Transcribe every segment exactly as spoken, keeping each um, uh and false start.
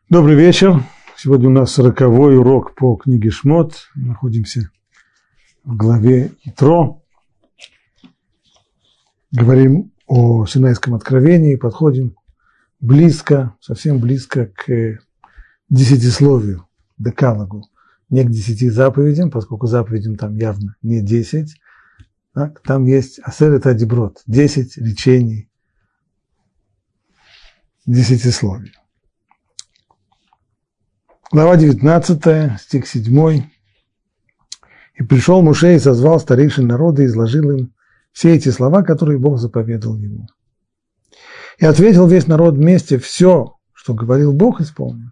Добрый вечер. Сегодня у нас сороковой урок по книге Шмот. Мы находимся в главе Итро. Говорим о Синайском откровении, подходим близко, совсем близко к десятисловию, декалогу. Не к десяти заповедям, поскольку заповедям там явно не десять. Так, там есть асерет адиброт, десять речений десятисловия. Глава девятнадцатая, стих седьмой. «И пришел Моше и созвал старейшин народа и изложил им все эти слова, которые Бог заповедал ему. И ответил весь народ вместе: все, что говорил Бог, исполнил».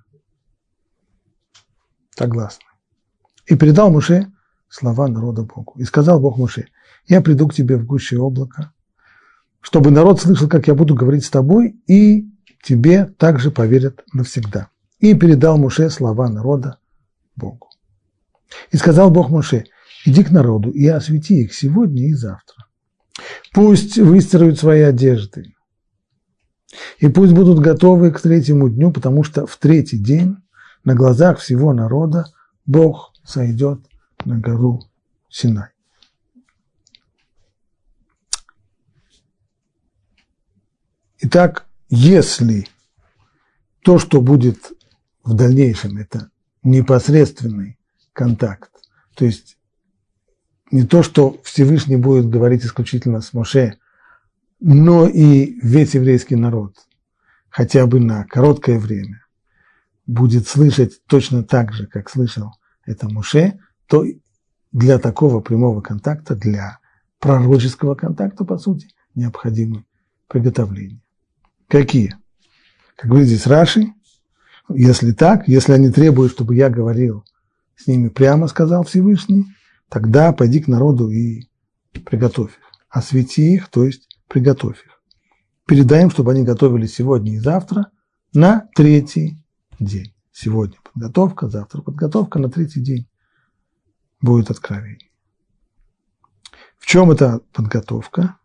Согласны. «И передал Моше слова народа Богу. И сказал Бог Моше: я приду к тебе в гуще облака, чтобы народ слышал, как я буду говорить с тобой, и тебе также поверят навсегда. И передал Моше слова народа Богу. И сказал Бог Моше: иди к народу и освети их сегодня и завтра. Пусть выстирают свои одежды, и пусть будут готовы к третьему дню, потому что в третий день на глазах всего народа Бог сойдет на гору Синай». Итак, если то, что будет в дальнейшем, это непосредственный контакт, то есть не то, что Всевышний будет говорить исключительно с Моше, но и весь еврейский народ хотя бы на короткое время будет слышать точно так же, как слышал это Моше, то для такого прямого контакта, для пророческого контакта, по сути, необходимы приготовления. Какие? Как говорит здесь Раши, если так, если они требуют, чтобы я говорил с ними прямо, сказал Всевышний, тогда пойди к народу и приготовь их. Освети их, то есть приготовь их. Передай им, чтобы они готовились сегодня и завтра на третий день. Сегодня подготовка, завтра подготовка, на третий день будет откровение. В чем эта подготовка?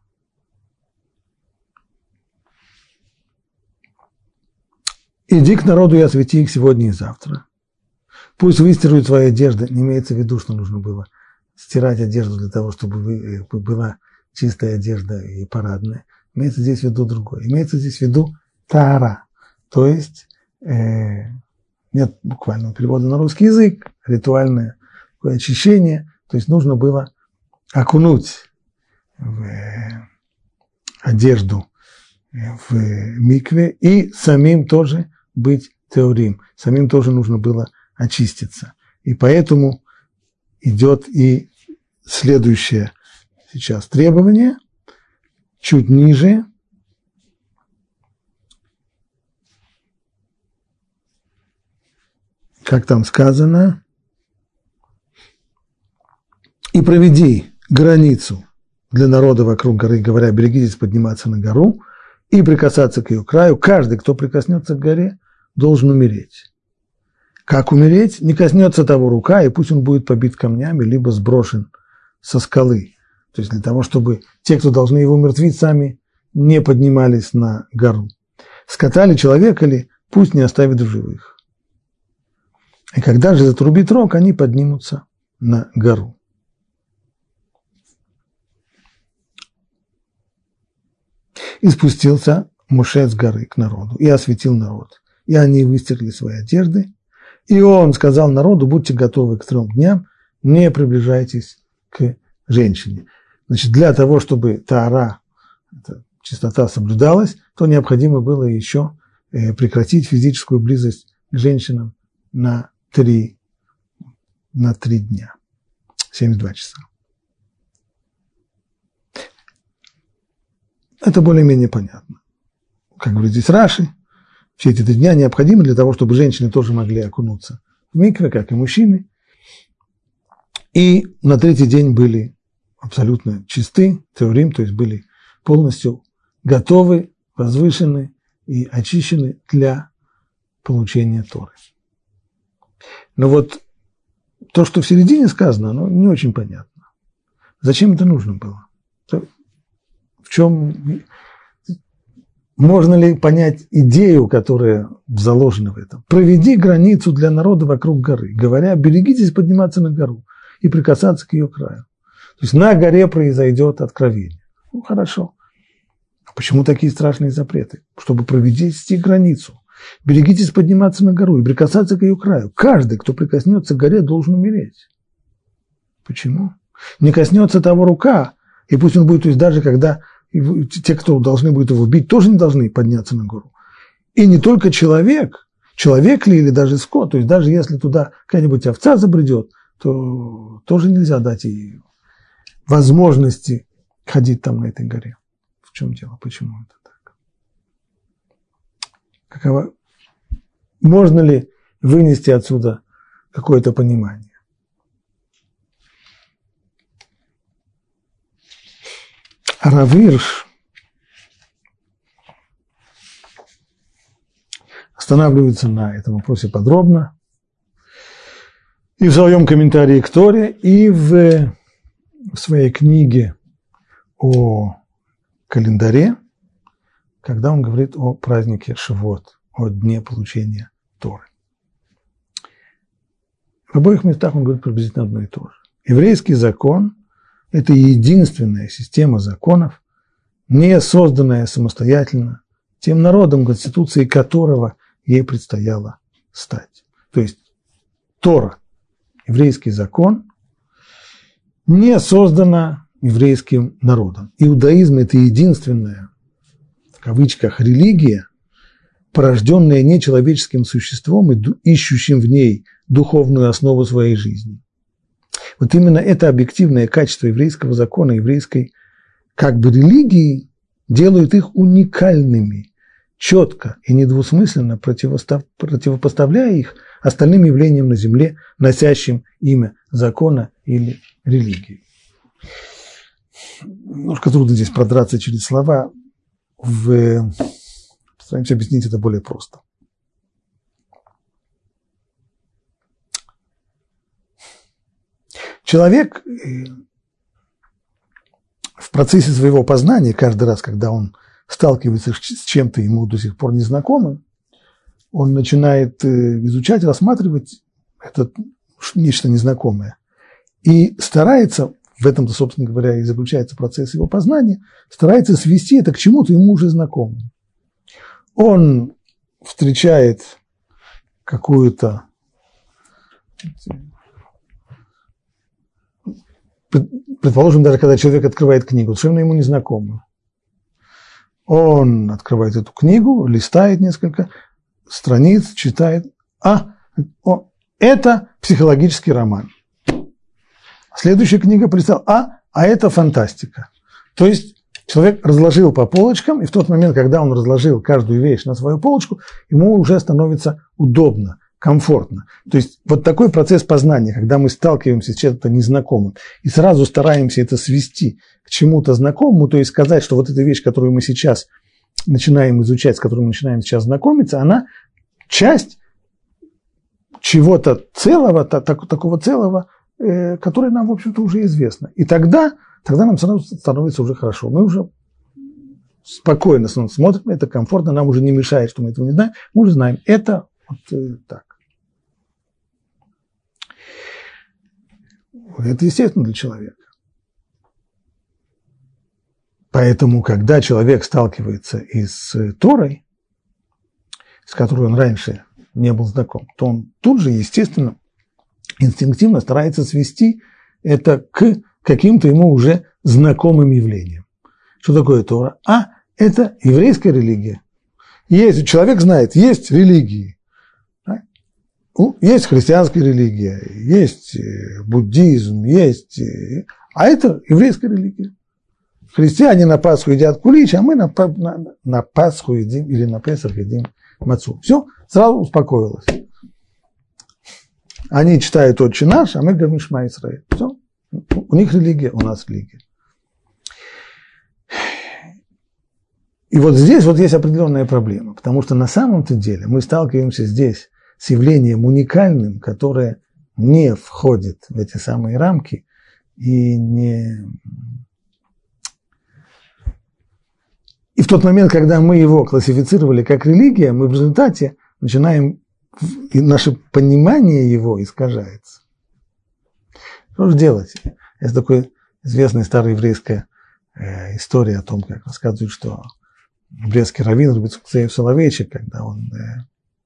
Иди к народу и освети их сегодня и завтра. Пусть выстирают свои одежды. Не имеется в виду, что нужно было стирать одежду для того, чтобы была чистая одежда и парадная. Имеется здесь в виду другое. Имеется здесь в виду таара. То есть, э, нет буквального перевода на русский язык, ритуальное очищение. То есть нужно было окунуть в одежду в микве и самим тоже быть теорим. Самим тоже нужно было очиститься. И поэтому идет и следующее сейчас требование, чуть ниже. Как там сказано? «И проведи границу для народа вокруг горы, говоря: берегитесь подниматься на гору и прикасаться к ее краю. Каждый, кто прикоснется к горе, должен умереть. Как умереть? Не коснется того рука, и пусть он будет побит камнями, либо сброшен со скалы». То есть для того, чтобы те, кто должны его умертвить, сами не поднимались на гору. Скота ли, человека ли, пусть не оставит в живых. И когда же затрубит рог, они поднимутся на гору. И спустился Моше с горы к народу, и осветил народ. И они выстирали свои одежды. И он сказал народу: будьте готовы к трем дням, не приближайтесь к женщине. Значит, для того, чтобы таара, чистота, соблюдалась, то необходимо было еще прекратить физическую близость к женщинам на три, на три дня, семьдесят два часа. Это более-менее понятно. Как говорит здесь Раши, все эти три дня необходимы для того, чтобы женщины тоже могли окунуться в микве, как и мужчины. И на третий день были абсолютно чисты, теорим, то есть были полностью готовы, возвышены и очищены для получения Торы. Но вот то, что в середине сказано, оно не очень понятно. Зачем это нужно было? В чем можно ли понять идею, которая заложена в этом? Проведи границу для народа вокруг горы, говоря, берегитесь подниматься на гору и прикасаться к ее краю. То есть на горе произойдет откровение. Ну, хорошо. А почему такие страшные запреты? Чтобы провести границу. Берегитесь подниматься на гору и прикасаться к ее краю. Каждый, кто прикоснется к горе, должен умереть. Почему? Не коснется того рука, и пусть он будет, то есть даже когда те, кто должны будут его убить, тоже не должны подняться на гору. И не только человек, человек ли или даже скот, то есть даже если туда какая-нибудь овца забредет, то тоже нельзя дать ей возможности ходить там на этой горе. В чем дело? Почему это так? Каково? Можно ли вынести отсюда какое-то понимание? Рав Ирш останавливается на этом вопросе подробно и в своем комментарии к Торе, и в, в своей книге о календаре, когда он говорит о празднике Шивот, о дне получения Торы. В обоих местах он говорит приблизительно одно и то же. Еврейский закон – это единственная система законов, не созданная самостоятельно тем народом, конституцией которого ей предстояло стать. То есть Тора, еврейский закон, не создана еврейским народом. Иудаизм – это единственная, в кавычках, религия, порожденная нечеловеческим существом и ищущим в ней духовную основу своей жизни. Вот именно это объективное качество еврейского закона, еврейской как бы религии, делают их уникальными, четко и недвусмысленно противопоставляя их остальным явлениям на земле, носящим имя закона или религии. Немножко трудно здесь продраться через слова, в... постараемся объяснить это более просто. Человек в процессе своего познания, каждый раз, когда он сталкивается с чем-то ему до сих пор незнакомым, он начинает изучать, рассматривать это нечто незнакомое и старается, в этом-то, собственно говоря, и заключается процесс его познания, старается свести это к чему-то ему уже знакомому. Он встречает какую-то... Предположим, даже когда человек открывает книгу, совершенно ему незнакомую. Он открывает эту книгу, листает несколько страниц, читает. А, о, это психологический роман. Следующая книга прочитал. А, а это фантастика. То есть человек разложил по полочкам, и в тот момент, когда он разложил каждую вещь на свою полочку, ему уже становится удобно, комфортно. То есть вот такой процесс познания, когда мы сталкиваемся с чем-то незнакомым и сразу стараемся это свести к чему-то знакомому, то есть сказать, что вот эта вещь, которую мы сейчас начинаем изучать, с которой мы начинаем сейчас знакомиться, она часть чего-то целого, так, такого целого, э, которое нам, в общем-то, уже известно. И тогда, тогда нам сразу становится уже хорошо. Мы уже спокойно смотрим, это комфортно, нам уже не мешает, что мы этого не знаем, мы уже знаем, это вот э, так. Это естественно для человека. Поэтому, когда человек сталкивается и с Торой, с которой он раньше не был знаком, то он тут же, естественно, инстинктивно старается свести это к каким-то ему уже знакомым явлениям. Что такое Тора? А, это еврейская религия. Есть, человек знает, есть религии. Есть христианская религия, есть буддизм, есть... А это еврейская религия. Христиане на Пасху едят кулич, а мы на, на, на Пасху едим или на Песах едим мацу. Все, сразу успокоилось. Они читают «Отче наш», а мы говорим «Шма Исраэль». Все, у них религия, у нас религия. И вот здесь вот есть определенная проблема, потому что на самом-то деле мы сталкиваемся здесь с явлением уникальным, которое не входит в эти самые рамки и не... И в, тот момент, когда мы его классифицировали как религия, мы в результате начинаем, и наше понимание его искажается. Что же делать? Это такая известная староеврейская э, история о том, как рассказывают, что еврейский раввин Рабицкий Соловейчик, когда он, э,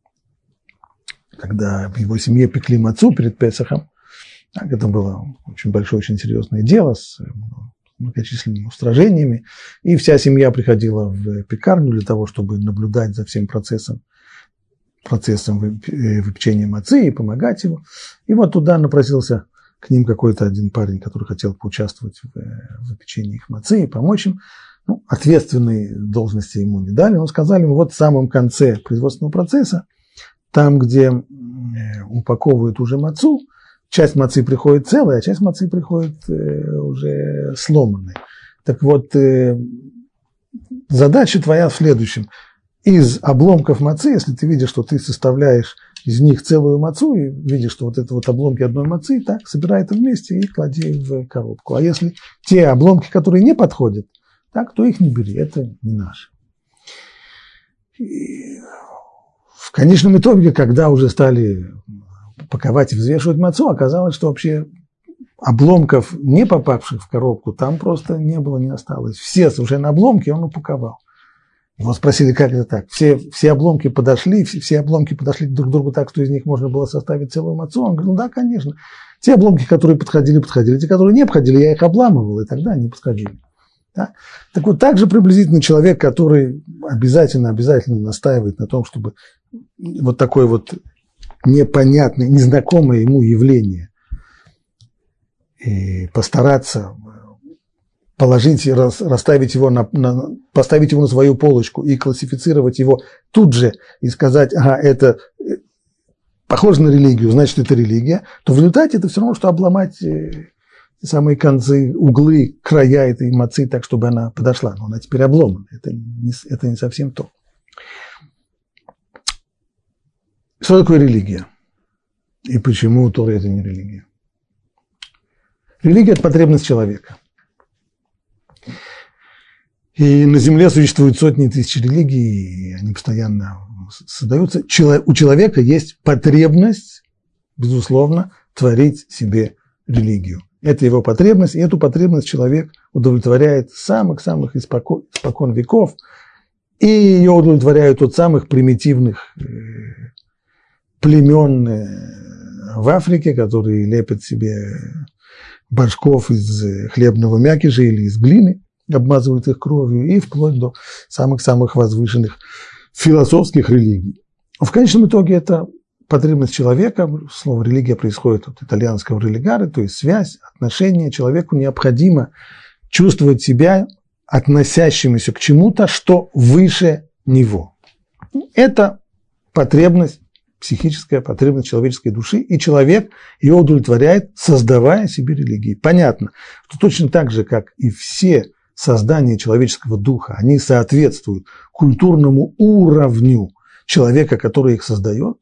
когда в его семье пекли мацу перед Песахом, так, это было очень большое, очень серьезное дело с многочисленными устражениями, и вся семья приходила в пекарню для того, чтобы наблюдать за всем процессом, процессом выпечения мацы и помогать ему. И вот туда напросился к ним какой-то один парень, который хотел поучаствовать в выпечении их мацы и помочь им. Ну, ответственной должности ему не дали, но сказали ему, вот в самом конце производственного процесса, там, где упаковывают уже мацу, часть мацы приходит целая, а часть мацы приходит э, уже сломанной. Так вот, э, задача твоя в следующем. Из обломков мацы, если ты видишь, что ты составляешь из них целую мацу, и видишь, что вот это вот обломки одной мацы, так, собирай это вместе и клади в коробку. А если те обломки, которые не подходят, так, то их не бери, это не наше. И в конечном итоге, когда уже стали паковать и взвешивать мацу, оказалось, что вообще обломков, не попавших в коробку, там просто не было, не осталось. Все совершенно обломки он упаковал. Его спросили, как это так? Все, все обломки подошли, все, все обломки подошли друг к другу так, что из них можно было составить целую мацу. Он говорит, ну да, конечно. Те обломки, которые подходили, подходили. Те, которые не подходили, я их обламывал, и тогда они подходили. Да? Так вот, так же приблизительно человек, который обязательно, обязательно настаивает на том, чтобы вот такой вот непонятное, незнакомое ему явление и постараться положить, расставить его на, на, поставить его на свою полочку и классифицировать его тут же и сказать, ага, это похоже на религию, значит, это религия, то в результате это все равно, что обломать самые концы, углы, края этой мацы так, чтобы она подошла. Но она теперь обломана. Это не, это не совсем то. Что такое религия? И почему Тора – это не религия? Религия – это потребность человека. И на Земле существуют сотни тысяч религий, и они постоянно создаются. У человека есть потребность, безусловно, творить себе религию. Это его потребность, и эту потребность человек удовлетворяет с самых-самых испокон, испокон веков, и ее удовлетворяют от самых примитивных племен в Африке, которые лепят себе башков из хлебного мякиша или из глины, обмазывают их кровью, и вплоть до самых-самых возвышенных философских религий. В конечном итоге это потребность человека, слово религия происходит от итальянского религаре, то есть связь, отношение. Человеку необходимо чувствовать себя относящимся к чему-то, что выше него. Это потребность, психическая потребность человеческой души, и человек ее удовлетворяет, создавая себе религии. Понятно, что точно так же, как и все создания человеческого духа, они соответствуют культурному уровню человека, который их создает,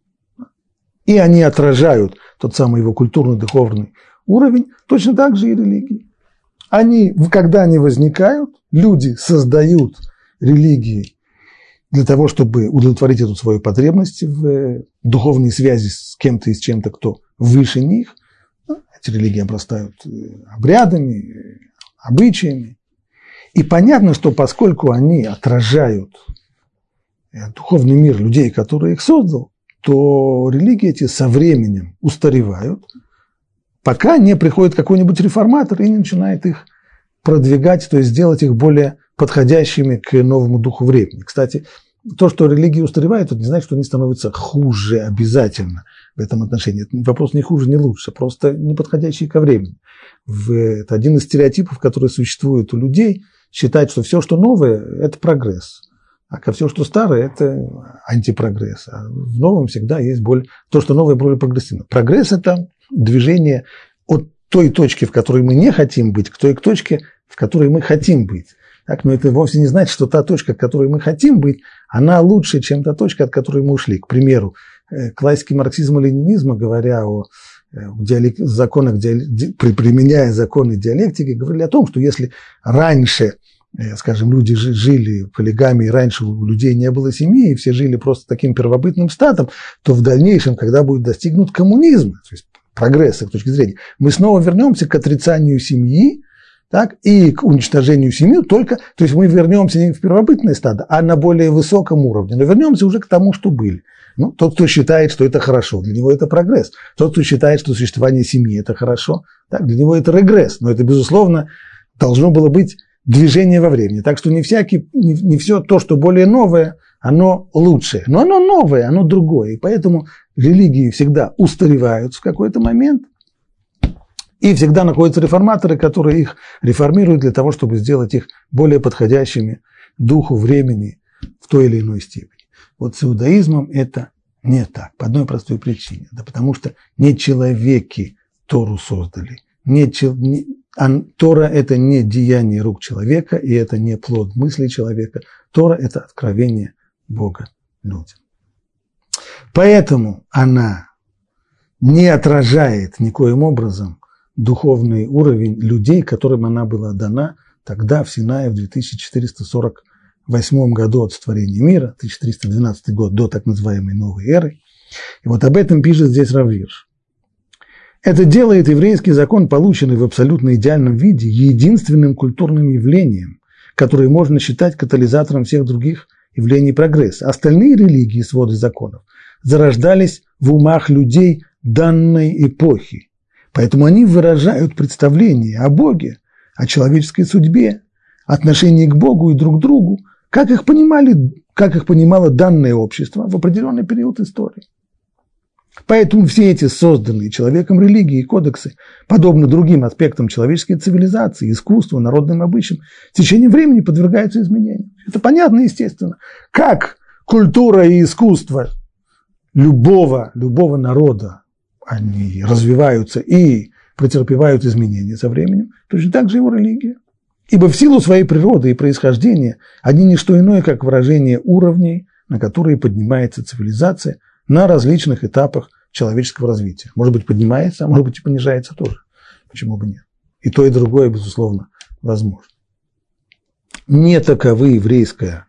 и они отражают тот самый его культурно-духовный уровень, точно так же и религии. Они, когда они возникают, люди создают религии для того, чтобы удовлетворить эту свою потребность в духовной связи с кем-то и с чем-то, кто выше них. Эти религии обрастают обрядами, обычаями. И понятно, что поскольку они отражают духовный мир людей, которые их создал, то религии эти со временем устаревают, пока не приходит какой-нибудь реформатор и не начинает их продвигать, то есть сделать их более подходящими к новому духу времени. Кстати, то, что религии устаревают, это не значит, что они становятся хуже обязательно в этом отношении. Это вопрос не хуже, не лучше, просто не подходящие ко времени. Это один из стереотипов, который существует у людей, считать, что все, что новое, это прогресс. А все, что старое, это антипрогресс. А в новом всегда есть более... То, что новое, более прогрессивно. Прогресс – это движение от той точки, в которой мы не хотим быть, к той точке, в которой мы хотим быть. Так, но это вовсе не значит, что та точка, к которой мы хотим быть, она лучше, чем та точка, от которой мы ушли. К примеру, классики марксизма и ленинизма, говоря о диалект... законах, диалект... применяя законы диалектики, говорили о том, что если раньше скажем, люди жили в полигамии, раньше у людей не было семьи, и все жили просто таким первобытным статом, то в дальнейшем, когда будет достигнут коммунизм, то есть прогресса с точки зрения, мы снова вернемся к отрицанию семьи, так, и к уничтожению семьи только, то есть мы вернемся не в первобытное стадо, а на более высоком уровне, но вернемся уже к тому, что были. Ну, тот, кто считает, что это хорошо, для него это прогресс. Тот, кто считает, что существование семьи – это хорошо, так, для него это регресс. Но это, безусловно, должно было быть движение во времени. Так что не, всякий, не, не все то, что более новое, оно лучшее. Но оно новое, оно другое. И поэтому религии всегда устаревают в какой-то момент. И всегда находятся реформаторы, которые их реформируют для того, чтобы сделать их более подходящими духу времени в той или иной степени. Вот с иудаизмом это не так, по одной простой причине. Да потому что не человеки Тору создали. Не, не, а, Тора – это не деяние рук человека, и это не плод мысли человека. Тора – это откровение Бога людям. Поэтому она не отражает никоим образом духовный уровень людей, которым она была дана тогда в Синае в две тысячи четыреста сорок восьмом году от сотворения мира, тысяча триста двенадцатый год до так называемой новой эры. И вот об этом пишет здесь Рав Вирш. Это делает еврейский закон, полученный в абсолютно идеальном виде, единственным культурным явлением, которое можно считать катализатором всех других явлений прогресса. Остальные религии, своды законов, зарождались в умах людей данной эпохи. Поэтому они выражают представление о Боге, о человеческой судьбе, отношении к Богу и друг к другу, как их понимали, как их понимало данное общество в определенный период истории. Поэтому все эти созданные человеком религии и кодексы, подобно другим аспектам человеческой цивилизации, искусству, народным обычаям, в течение времени подвергаются изменениям. Это понятно, естественно. Как культура и искусство любого, любого народа, они развиваются и претерпевают изменения со временем, точно так же его религия. Ибо в силу своей природы и происхождения они не что иное, как выражение уровней, на которые поднимается цивилизация на различных этапах человеческого развития. Может быть, поднимается, а может быть, и понижается тоже. Почему бы нет? И то, и другое, безусловно, возможно. Не таковы еврейская,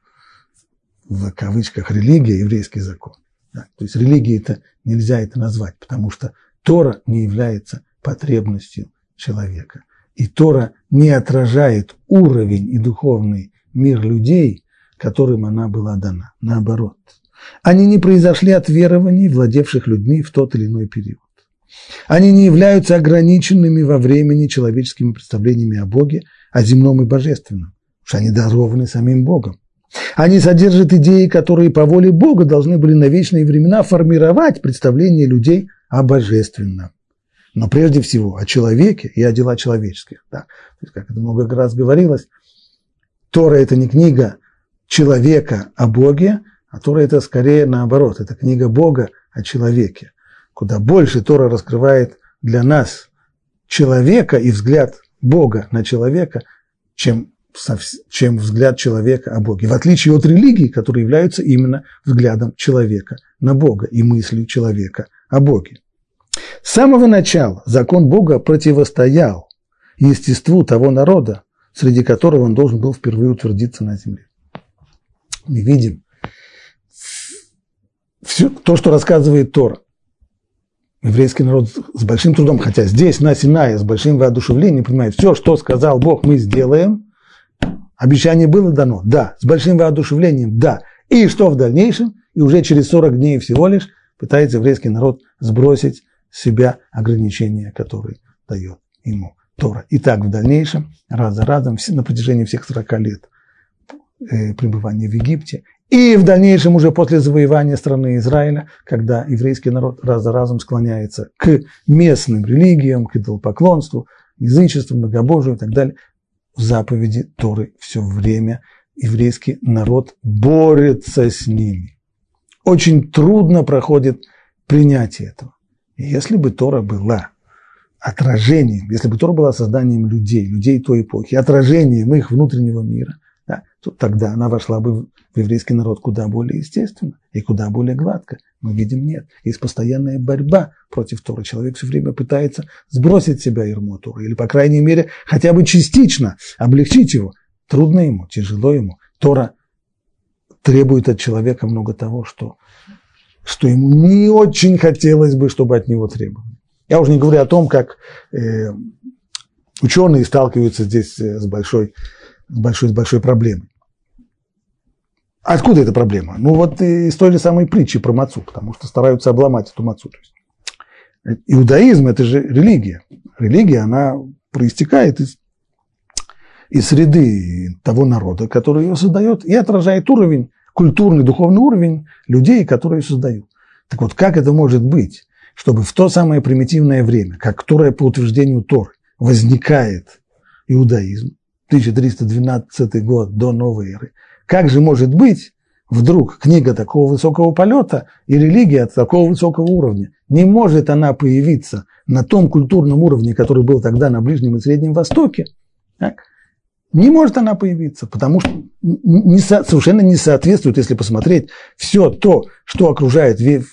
в кавычках, религия, еврейский закон. Да? То есть религией это нельзя это назвать, потому что Тора не является потребностью человека. И Тора не отражает уровень и духовный мир людей, которым она была дана. Наоборот. Они не произошли от верований, владевших людьми в тот или иной период. Они не являются ограниченными во времени человеческими представлениями о Боге, о земном и божественном, потому что они дарованы самим Богом. Они содержат идеи, которые по воле Бога должны были на вечные времена формировать представления людей о божественном. Но прежде всего о человеке и о делах человеческих. Да. То есть, как это много раз говорилось, Тора – это не книга человека о Боге, а Тора – это скорее наоборот, это книга Бога о человеке. Куда больше Тора раскрывает для нас человека и взгляд Бога на человека, чем, чем взгляд человека о Боге. В отличие от религии, которые являются именно взглядом человека на Бога и мыслью человека о Боге. С самого начала закон Бога противостоял естеству того народа, среди которого он должен был впервые утвердиться на земле. Мы видим все то, что рассказывает Тора. Еврейский народ с большим трудом, хотя здесь, на Синае, с большим воодушевлением понимает, все, что сказал Бог, мы сделаем. Обещание было дано? Да. С большим воодушевлением? Да. И что в дальнейшем? И уже через сорок дней всего лишь пытается еврейский народ сбросить с себя ограничения, которые дает ему Тора. И так в дальнейшем, раз за разом, на протяжении всех сорока лет пребывания в Египте, и в дальнейшем уже после завоевания страны Израиля, когда еврейский народ раз за разом склоняется к местным религиям, к идолопоклонству, язычеству, многобожию и так далее, в заповеди Торы все время еврейский народ борется с ними. Очень трудно проходит принятие этого. И если бы Тора была отражением, если бы Тора была созданием людей, людей той эпохи, отражением их внутреннего мира, да, то тогда она вошла бы в еврейский народ куда более естественно и куда более гладко. Мы видим, нет. Есть постоянная борьба против Торы. Человек все время пытается сбросить с себя ярмо Торы, или, по крайней мере, хотя бы частично облегчить его. трудно ему, тяжело ему. Тора требует от человека много того, что, что ему не очень хотелось бы, чтобы от него требовали. Я уже не говорю о том, как э, ученые сталкиваются здесь с большой, с большой, с большой проблемой. Откуда эта проблема? Ну вот из той же самой притчи про мацу, потому что стараются обломать эту мацу. То есть, иудаизм – это же религия. Религия, она проистекает из, из среды того народа, который ее создает, и отражает уровень, культурный, духовный уровень людей, которые ее создают. Так вот, как это может быть, чтобы в то самое примитивное время, как которое по утверждению Торы возникает иудаизм, тысяча триста двенадцатый год до новой эры, как же может быть вдруг книга такого высокого полета и религия такого высокого уровня? Не может она появиться на том культурном уровне, который был тогда на Ближнем и Среднем Востоке. Так? Не может она появиться, потому что не, совершенно не соответствует, если посмотреть, все то, что окружает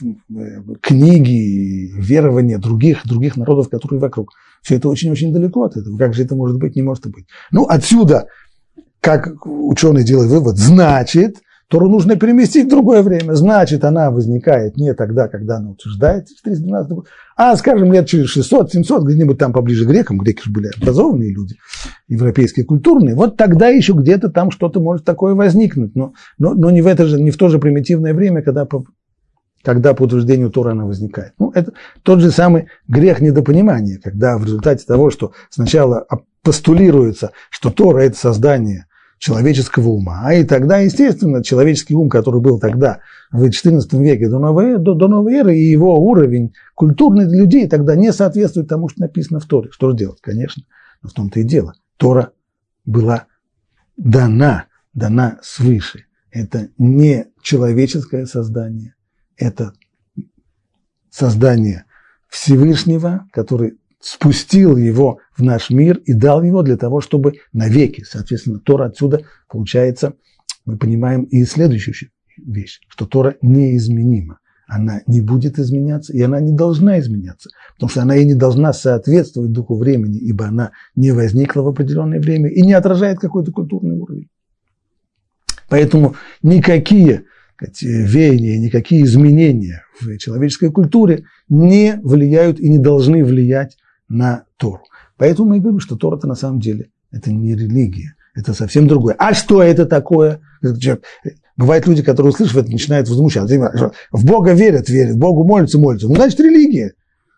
книги, верования других, других народов, которые вокруг. Все это очень-очень далеко от этого. Как же это может быть? Не может быть. Ну, отсюда, как ученый делает вывод, значит, Тору нужно переместить в другое время. Значит, она возникает не тогда, когда она утверждается в триста двенадцатом году, а, скажем, лет через шестьсот-семьсот, где-нибудь там поближе к грекам. Греки же были образованные люди, европейские, культурные. Вот тогда еще где-то там что-то может такое возникнуть. Но, но, но не, в это же, не в то же примитивное время, когда по, когда по утверждению Торы она возникает. Ну, это тот же самый грех недопонимания, когда в результате того, что сначала постулируется, что Тора – это создание человеческого ума. А и тогда, естественно, человеческий ум, который был тогда в четырнадцатом веке до новой, до, до новой эры, и его уровень культурный для людей тогда не соответствует тому, что написано в Торе. Что же делать? Конечно, но в том-то и дело. Тора была дана, дана свыше. Это не человеческое создание, это создание Всевышнего, который спустил его в наш мир и дал его для того, чтобы навеки. Соответственно, Тора отсюда получается, мы понимаем и следующую вещь, что Тора неизменима. Она не будет изменяться, и она не должна изменяться, потому что она и не должна соответствовать духу времени, ибо она не возникла в определенное время и не отражает какой-то культурный уровень. Поэтому никакие веяния, никакие изменения в человеческой культуре не влияют и не должны влиять на Тору. Поэтому мы говорим, что Тора-то на самом деле это не религия, это совсем другое. А что это такое? Бывают люди, которые услышав это, начинают возмущаться. В Бога верят, верят, Богу молятся, молятся. Ну, значит, религия.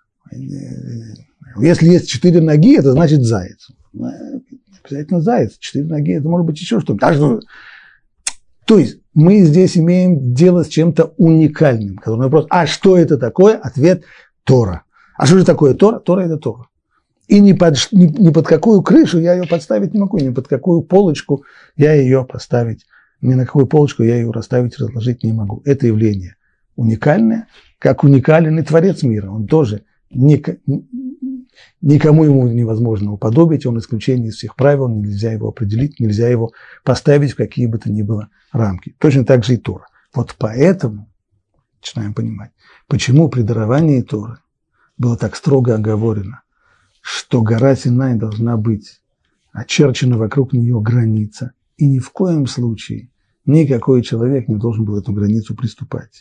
Если есть четыре ноги, это значит заяц. Обязательно заяц. Четыре ноги, это может быть еще что-то. А что? То есть мы здесь имеем дело с чем-то уникальным. Который вопрос, а что это такое? Ответ – Тора. А что же такое Тора? Тора – это Тора. И ни под, ни, ни под какую крышу я ее подставить не могу, ни под какую полочку я ее поставить, ни на какую полочку я ее расставить, разложить не могу. Это явление уникальное, как уникален и Творец мира. Он тоже ник, никому ему невозможно уподобить, он исключение из всех правил, нельзя его определить, нельзя его поставить в какие бы то ни было рамки. Точно так же и Тора. Вот поэтому начинаем понимать, почему при даровании Торы было так строго оговорено, что гора Синай должна быть очерчена вокруг нее граница, и ни в коем случае никакой человек не должен был эту границу приступать.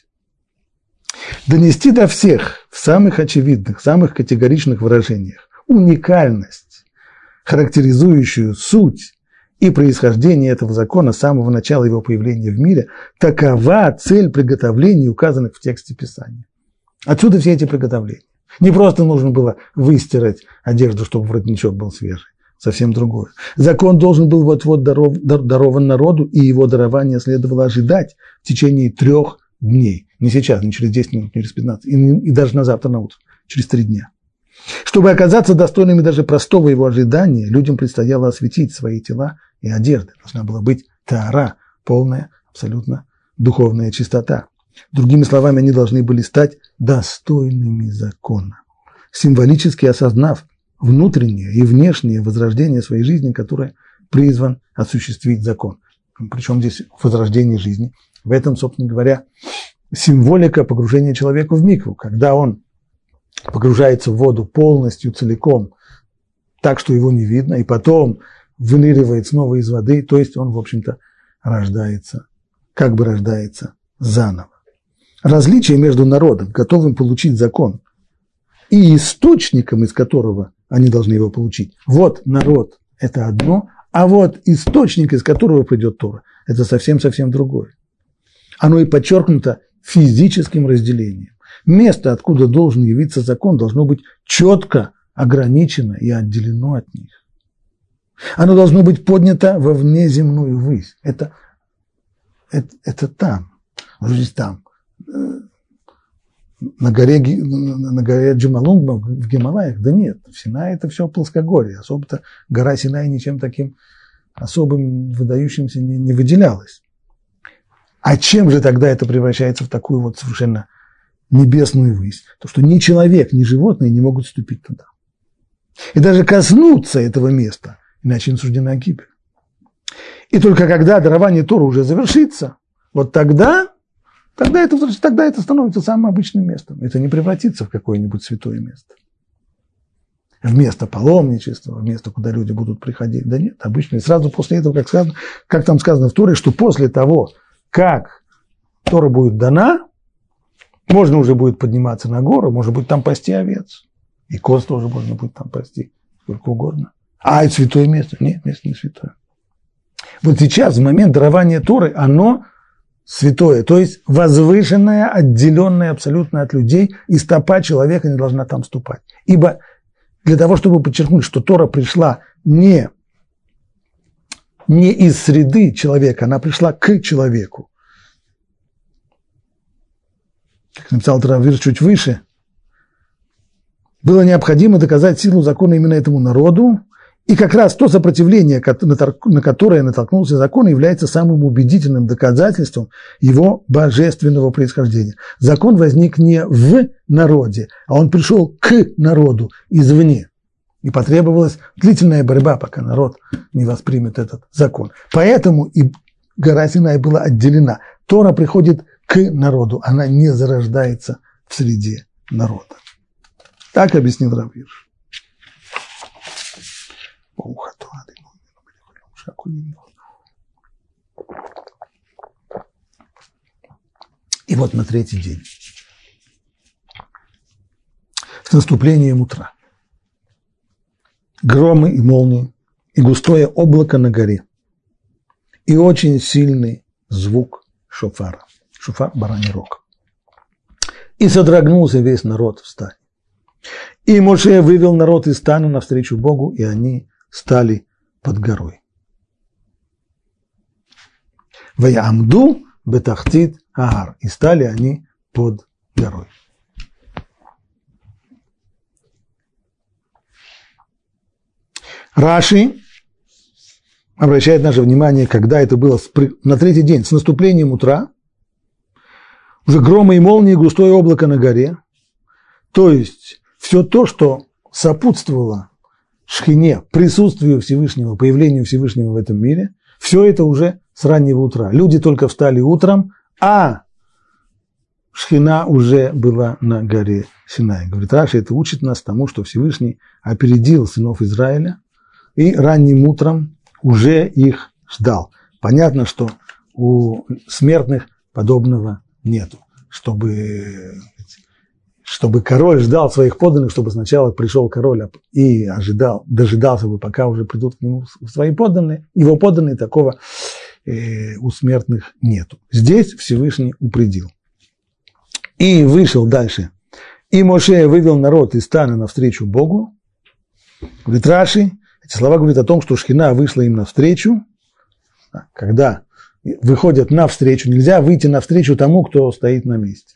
Донести до всех в самых очевидных, самых категоричных выражениях уникальность, характеризующую суть и происхождение этого закона с самого начала его появления в мире, такова цель приготовлений, указанных в тексте Писания. Отсюда все эти приготовления. Не просто нужно было выстирать одежду, чтобы воротничок был свежий. Совсем другое. Закон должен был вот-вот даров, дарован народу, и его дарование следовало ожидать в течение трех дней. Не сейчас, не через десять минут, не через пятнадцать, и, и даже на завтра на утро, через три дня. Чтобы оказаться достойными даже простого его ожидания, людям предстояло осветить свои тела и одежды. Должна была быть таара, полная, абсолютно духовная чистота. Другими словами, они должны были стать достойными закона, символически осознав внутреннее и внешнее возрождение своей жизни, которое призван осуществить закон. Причем здесь возрождение жизни. В этом, собственно говоря, символика погружения человека в микву, когда он погружается в воду полностью, целиком, так, что его не видно, и потом выныривает снова из воды, то есть он, в общем-то, рождается, как бы рождается заново. Различие между народом, готовым получить закон, и источником, из которого они должны его получить. Вот народ – это одно, а вот источник, из которого придет Тора, это совсем-совсем другое. Оно и подчеркнуто физическим разделением. Место, откуда должен явиться закон, должно быть четко ограничено и отделено от них. Оно должно быть поднято во внеземную высь. Это, это, это там, здесь там. На горе, на горе Джамалунгма в Гималаях, да нет, в Синае это все плоскогорье, особо-то гора Синай ничем таким особым выдающимся не, не выделялась. А чем же тогда это превращается в такую вот совершенно небесную высь? То, что ни человек, ни животные не могут ступить туда. И даже коснуться этого места, иначе им суждена гибель. И только когда дарование Торы уже завершится, вот тогда... Тогда это, тогда это становится самым обычным местом. Это не превратится в какое-нибудь святое место. В место паломничества, в место, куда люди будут приходить. Да нет, обычно. И сразу после этого, как, сказано, как там сказано в Торе, что после того, как Тора будет дана, можно уже будет подниматься на гору, может быть, там пасти овец. И коз тоже можно будет там пасти, сколько угодно. А это святое место? Нет, место не святое. Вот сейчас, в момент дарования Торы, оно... святое, то есть возвышенное, отделенное абсолютно от людей, и стопа человека не должна там ступать. Ибо для того, чтобы подчеркнуть, что Тора пришла не, не из среды человека, она пришла к человеку. Как написал Травир чуть выше, было необходимо доказать силу закона именно этому народу, и как раз то сопротивление, на которое натолкнулся закон, является самым убедительным доказательством его божественного происхождения. Закон возник не в народе, а он пришел к народу извне. И потребовалась длительная борьба, пока народ не воспримет этот закон. Поэтому и гора Синай была отделена. Тора приходит к народу, она не зарождается в среде народа. Так объяснил Рав Гирш. И вот на третий день, с наступлением утра, громы и молнии, и густое облако на горе, и очень сильный звук шофара. Шофар – бараний рог. И содрогнулся весь народ в стане. И Моше вывел народ из стана навстречу Богу, и они стали под горой. Ваямду бетахтит агар. И стали они под горой. Раши обращает наше внимание, когда это было на третий день, с наступлением утра, уже громы и молнии, густое облако на горе, то есть все то, что сопутствовало Шхине, присутствию Всевышнего, появлению Всевышнего в этом мире, все это уже с раннего утра. Люди только встали утром, а Шхина уже была на горе Синай. Говорит, Раши, это учит нас тому, что Всевышний опередил сынов Израиля и ранним утром уже их ждал. Понятно, что у смертных подобного нету. Чтобы, чтобы король ждал своих подданных, чтобы сначала пришел король и ожидал, дожидался бы, пока уже придут к нему свои подданные, его подданные, такого э, у смертных нету. Здесь Всевышний упредил. И вышел дальше. И Моше вывел народ из стана навстречу Богу. Говорит Раши, эти слова говорят о том, что Шхина вышла им навстречу. Когда выходят навстречу, нельзя выйти навстречу тому, кто стоит на месте.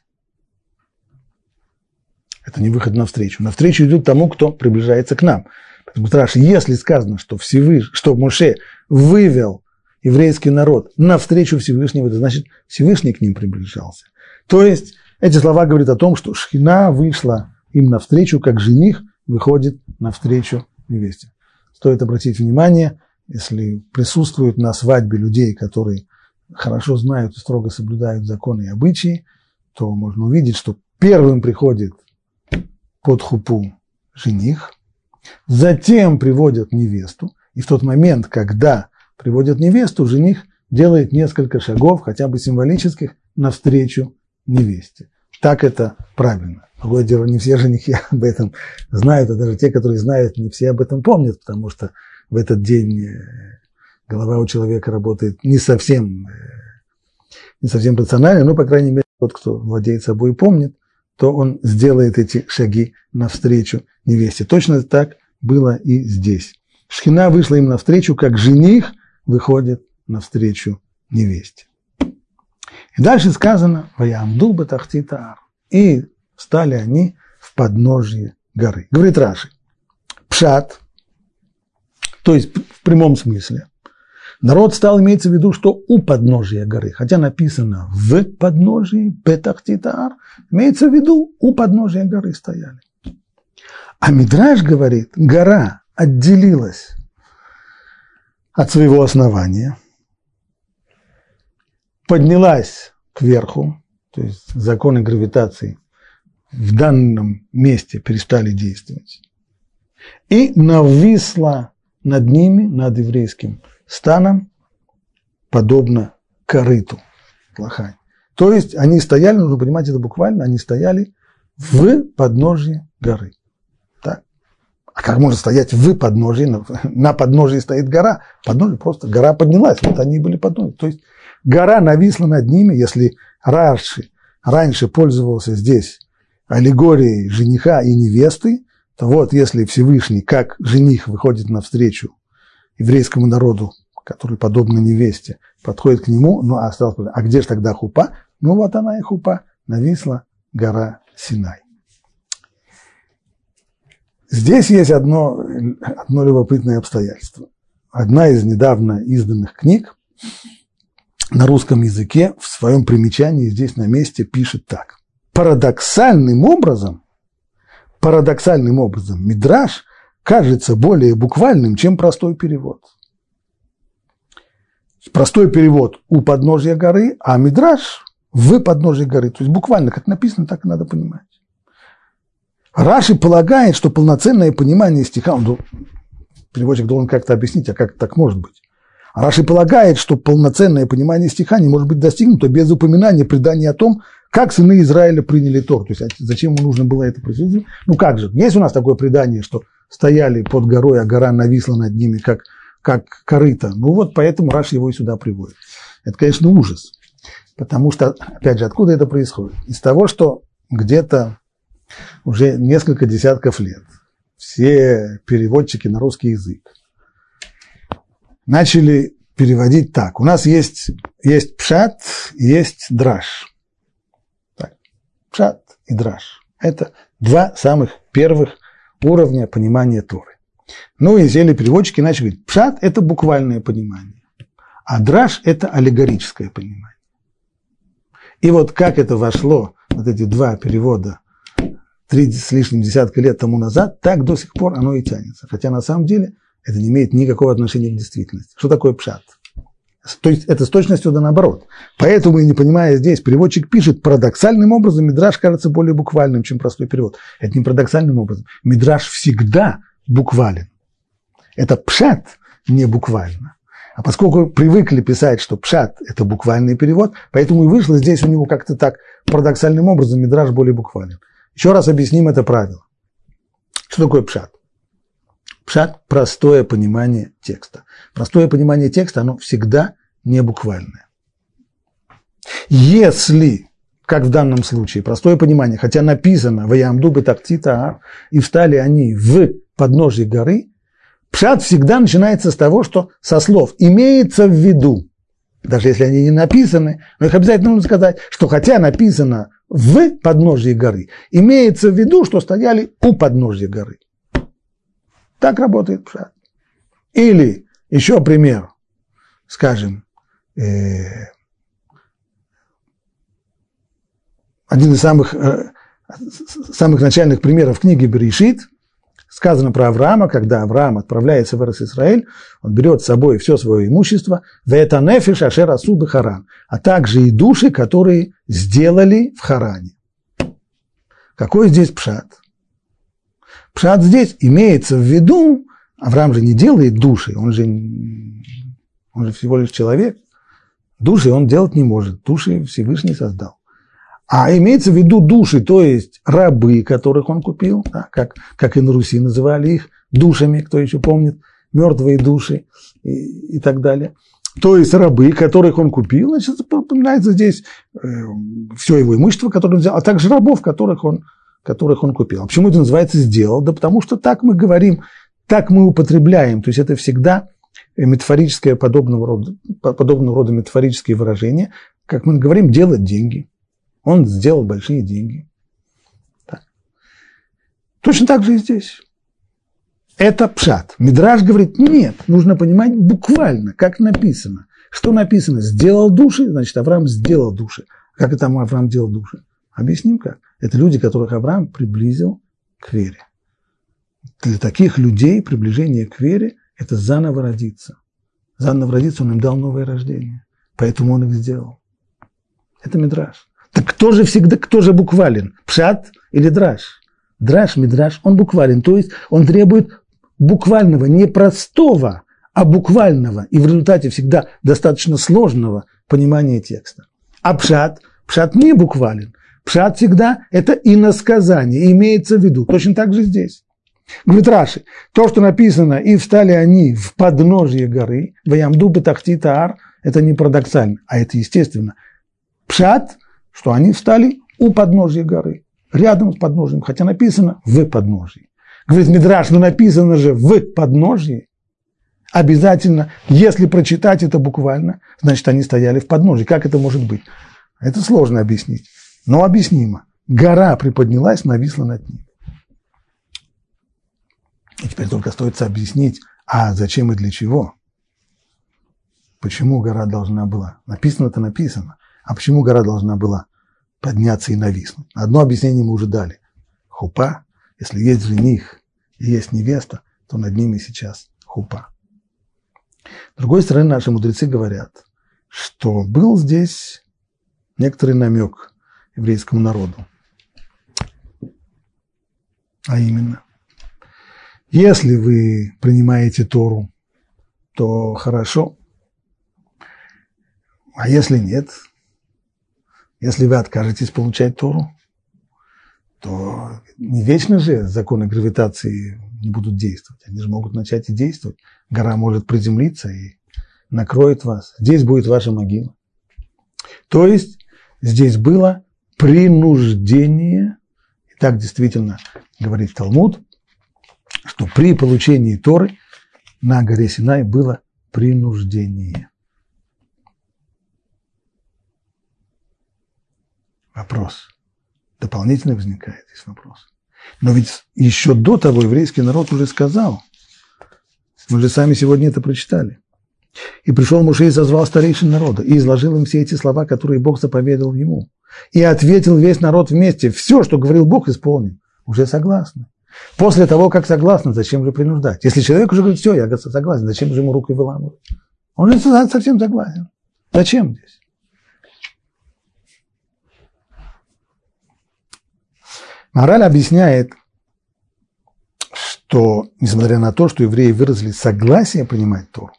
Это не выход навстречу. Навстречу идут тому, кто приближается к нам. Поэтому, Раши, если сказано, что, Всевыш... что Моше вывел еврейский народ навстречу Всевышнего, это значит, Всевышний к ним приближался. То есть, эти слова говорят о том, что Шхина вышла им навстречу, как жених выходит навстречу невесте. Стоит обратить внимание, если присутствуют на свадьбе людей, которые хорошо знают и строго соблюдают законы и обычаи, то можно увидеть, что первым приходит под хупу жених, затем приводят невесту, И в тот момент, когда приводят невесту, жених делает несколько шагов, хотя бы символических, навстречу невесте. Так это правильно. Другое дело, не все женихи об этом знают, а даже те, которые знают, не все об этом помнят, потому что в этот день голова у человека работает не совсем, не совсем рационально, но, по крайней мере, тот, кто владеет собой и помнит, то он сделает эти шаги навстречу невесте. Точно так было и здесь. Шхина вышла им навстречу, как жених выходит навстречу невесте. И дальше сказано «Ваямду бетахти таар». И встали они в подножье горы. Говорит Раши, пшат, то есть в прямом смысле, народ стал, имеется в виду, что у подножия горы, хотя написано в подножии, бетахти таар, имеется в виду, у подножия горы стояли. А Мидраш говорит, гора отделилась от своего основания, поднялась кверху, то есть законы гравитации в данном месте перестали действовать, и нависла над ними, над еврейским станом, подобно корыту, лохань. То есть они стояли, нужно понимать это буквально, они стояли в подножии горы. Так. А как можно стоять в подножии? На подножии стоит гора, подножие просто гора поднялась, вот они и были подножие. То есть гора нависла над ними, если Раши раньше пользовался здесь аллегорией жениха и невесты, то вот если Всевышний, как жених, выходит навстречу еврейскому народу, который, подобно невесте, подходит к нему, ну, а, осталось, а где же тогда хупа? Ну, вот она и хупа, нависла гора Синай. Здесь есть одно, одно любопытное обстоятельство. Одна из недавно изданных книг на русском языке в своем примечании здесь на месте пишет так. Парадоксальным образом, парадоксальным образом Мидраш кажется более буквальным, чем простой перевод. Простой перевод у подножия горы, а Мидраш в подножии горы. То есть буквально, как написано, так и надо понимать. Раши полагает, что полноценное понимание стиха, он, переводчик должен как-то объяснить, а как так может быть. А Раши полагает, что полноценное понимание стиха не может быть достигнуто без упоминания предания о том, как сыны Израиля приняли Тору. То есть зачем ему нужно было это произвести? Ну как же, есть у нас такое предание, что стояли под горой, а гора нависла над ними, как, как корыто. Ну вот поэтому Раши его и сюда приводит. Это, конечно, ужас. Потому что, опять же, откуда это происходит? Из того, что где-то уже несколько десятков лет все переводчики на русский язык начали переводить так. У нас есть, есть пшат, есть драш. Так, пшат и драш. Это два самых первых уровня понимания Торы. Ну и сели переводчики и начали говорить, пшат – это буквальное понимание, а драш – это аллегорическое понимание. И вот как это вошло, вот эти два перевода, три с лишним десятка лет тому назад, так до сих пор оно и тянется. Хотя на самом деле это не имеет никакого отношения к действительности. Что такое пшат? То есть это с точностью да наоборот. Поэтому, и не понимая здесь, переводчик пишет, парадоксальным образом Мидраш кажется более буквальным, чем простой перевод. Это не парадоксальным образом. Мидраш всегда буквален. Это пшат не буквально. А поскольку привыкли писать, что пшат – это буквальный перевод, поэтому и вышло здесь у него как-то так парадоксальным образом Мидраш более буквален. Еще раз объясним это правило. Что такое пшат? Пшат – простое понимание текста. Простое понимание текста, оно всегда не буквальное. Если, как в данном случае, простое понимание, хотя написано «Ваямду бетахти таар» и встали они в подножье горы, пшат всегда начинается с того, что со слов «имеется в виду», даже если они не написаны, но их обязательно нужно сказать, что хотя написано в подножье горы, имеется в виду, что стояли у подножья горы. Так работает пшат. Или еще пример, скажем, э, один из самых, э, самых начальных примеров книги Берешит, сказано про Авраама, когда Авраам отправляется в Эрец-Исраэль, он берет с собой все свое имущество, вэта нефеш ашер асу бехаран, а также и души, которые сделали в Харане. Какой здесь пшат? Пшат здесь имеется в виду, Авраам же не делает души, он же, он же всего лишь человек. Души он делать не может, души Всевышний создал. А имеется в виду души, то есть рабы, которых он купил, да, как, как и на Руси называли их душами, кто еще помнит, мертвые души и, и так далее. То есть рабы, которых он купил, значит, упоминается здесь э, все его имущество, которое он взял, а также рабов, которых он, которых он купил. А почему это называется «сделал»? Да потому что так мы говорим, так мы употребляем, то есть это всегда метафорическое, подобного рода, подобного рода метафорические выражения, как мы говорим, делать деньги. Он сделал большие деньги. Так. Точно так же и здесь. Это пшат. Мидраш говорит, нет, нужно понимать буквально, как написано. Что написано? Сделал души, значит, Авраам сделал души. Как это Авраам делал души? Объясним как. Это люди, которых Авраам приблизил к вере. Для таких людей приближение к вере – это заново родиться. Заново родиться, он им дал новое рождение. Поэтому он их сделал. Это мидраш. Так кто же всегда, кто же буквален? Пшат или драш? Драш, мидраш, он буквален. То есть он требует буквального, не простого, а буквального. И в результате всегда достаточно сложного понимания текста. А пшат, пшат не буквален. Пшат всегда это иносказание, имеется в виду. Точно так же здесь. Говорит Раши, то, что написано, и встали они в подножье горы, ваямду бетахти таар, это не парадоксально, а это естественно. Пшат, что они встали у подножья горы, рядом с подножьем, хотя написано в подножье. Говорит Мидраш, но написано же в подножье. Обязательно, если прочитать это буквально, значит, они стояли в подножье. Как это может быть? Это сложно объяснить, но объяснимо. Гора приподнялась, нависла над ним. И теперь только остается объяснить, а зачем и для чего? Почему гора должна была? Написано-то написано. А почему гора должна была подняться и нависнуть? Одно объяснение мы уже дали. Хупа, если есть жених и есть невеста, то над ними сейчас хупа. С другой стороны, наши мудрецы говорят, что был здесь некоторый намек еврейскому народу. А именно, если вы принимаете Тору, то хорошо, а если нет, если вы откажетесь получать Тору, то не вечно же законы гравитации не будут действовать. Они же могут начать и действовать. Гора может приземлиться и накроет вас. Здесь будет ваша могила. То есть здесь было принуждение. И так действительно говорит Талмуд, что при получении Торы на горе Синай было принуждение. Вопрос. Дополнительно возникает здесь вопрос. Но ведь еще до того еврейский народ уже сказал, мы же сами сегодня это прочитали. И пришел Моше и созвал старейшин народа, и изложил им все эти слова, которые Бог заповедал ему. И ответил весь народ вместе, все, что говорил Бог, исполним. Уже согласны. После того, как согласны, зачем же принуждать? Если человек уже говорит, все, я согласен, зачем же ему руку выламывать? Он же совсем согласен. Зачем здесь? Мораль объясняет, что, несмотря на то, что евреи выразили согласие принимать Тору,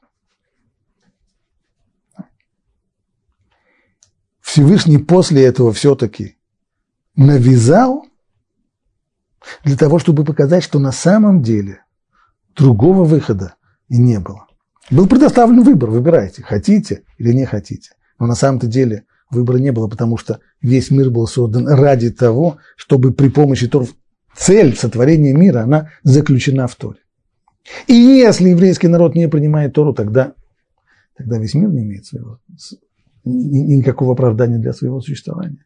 Всевышний после этого все-таки навязал для того, чтобы показать, что на самом деле другого выхода и не было. Был предоставлен выбор, выбирайте, хотите или не хотите. Но на самом-то деле выбора не было, потому что весь мир был создан ради того, чтобы при помощи Торы, цель сотворения мира, она заключена в Торе. И если еврейский народ не принимает Тору, тогда, тогда весь мир не имеет своего, никакого оправдания для своего существования.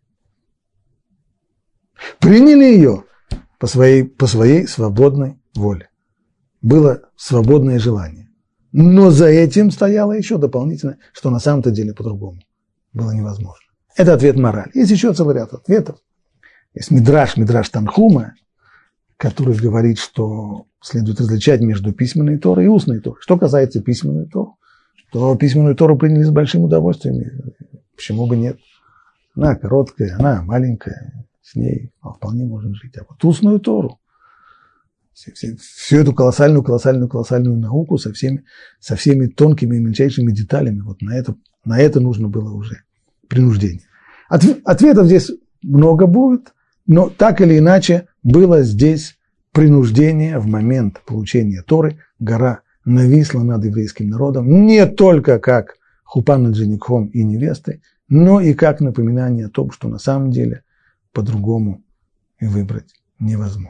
Приняли ее по своей, по своей свободной воле. Было свободное желание. Но за этим стояло еще дополнительно, что на самом-то деле по-другому было невозможно. Это ответ мораль. Есть еще целый ряд ответов. Есть Мидраш, Мидраш Танхума, который говорит, что следует различать между письменной Торой и устной Торой. Что касается письменной Торы, то письменную Тору приняли с большим удовольствием. Почему бы нет? Она короткая, она маленькая, с ней вполне можно жить. А вот устную Тору всю эту колоссальную, колоссальную, колоссальную науку со всеми, со всеми тонкими и мельчайшими деталями. Вот на это, на это нужно было уже принуждение. От, ответов здесь много будет, но так или иначе было здесь принуждение в момент получения Торы. Гора нависла над еврейским народом не только как хупа над женихом и невестой, но и как напоминание о том, что на самом деле по-другому и выбрать невозможно.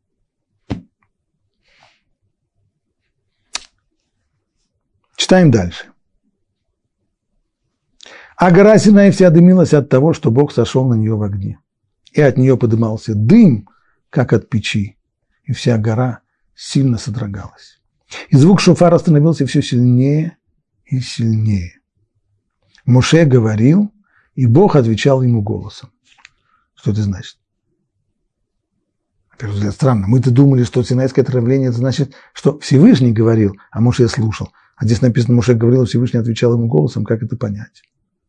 Читаем дальше. А гора Синай вся дымилась от того, что Бог сошел на нее в огне. И от нее подымался дым, как от печи, и вся гора сильно содрогалась. И звук шофара становился все сильнее и сильнее. Моше говорил, и Бог отвечал ему голосом. Что это значит? На первый взгляд странно. Мы-то думали, что синайское отравление – это значит, что Всевышний говорил, а Моше слушал. А здесь написано, Моше говорил, Всевышний отвечал ему голосом. Как это понять?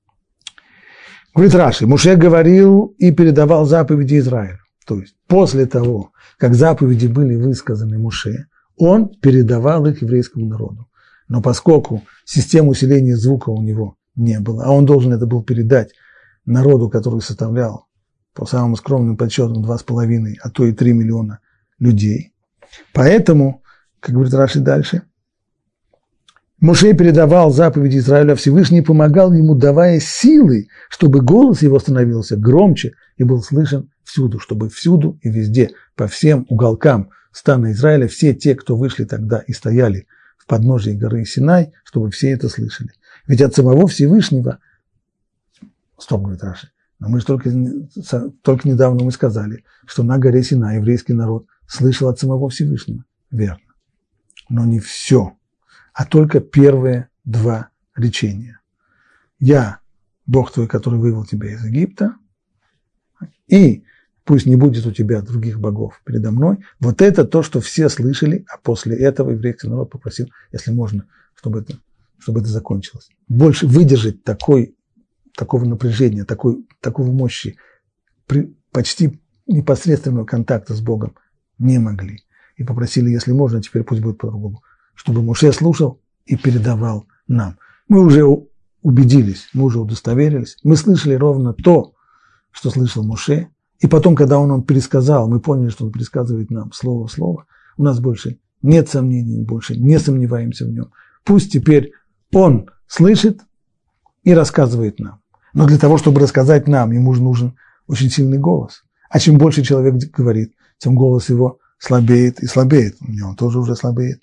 Говорит Раши, Моше говорил и передавал заповеди Израилю. То есть после того, как заповеди были высказаны Моше, он передавал их еврейскому народу. Но поскольку системы усиления звука у него не было, а он должен это был передать народу, который составлял, по самым скромным подсчетам, два с половиной, а то и три миллиона людей. Поэтому, как говорит Раши дальше, Моше передавал заповеди Израилю, а Всевышний помогал ему, давая силы, чтобы голос его становился громче и был слышен всюду, чтобы всюду и везде, по всем уголкам стана Израиля, все те, кто вышли тогда и стояли в подножии горы Синай, чтобы все это слышали. Ведь от самого Всевышнего, стоп, говорит Раши, но мы же только, только недавно мы сказали, что на горе Синай еврейский народ слышал от самого Всевышнего. Верно. Но не все, а только первые два речения. Я, Бог твой, который вывел тебя из Египта, и пусть не будет у тебя других богов передо мной. Вот это то, что все слышали, а после этого еврейский народ попросил, если можно, чтобы это, чтобы это закончилось. Больше выдержать такой, такого напряжения, такой, такого мощи, при, почти непосредственного контакта с Богом не могли. И попросили, если можно, теперь пусть будет по-другому, чтобы Моше слушал и передавал нам. Мы уже убедились, мы уже удостоверились, мы слышали ровно то, что слышал Моше, и потом, когда он, он пересказал, мы поняли, что он пересказывает нам слово в слово, у нас больше нет сомнений, больше не сомневаемся в нем. Пусть теперь он слышит и рассказывает нам. Но для того, чтобы рассказать нам, ему же нужен очень сильный голос. А чем больше человек говорит, тем голос его слабеет и слабеет. У него он тоже уже слабеет.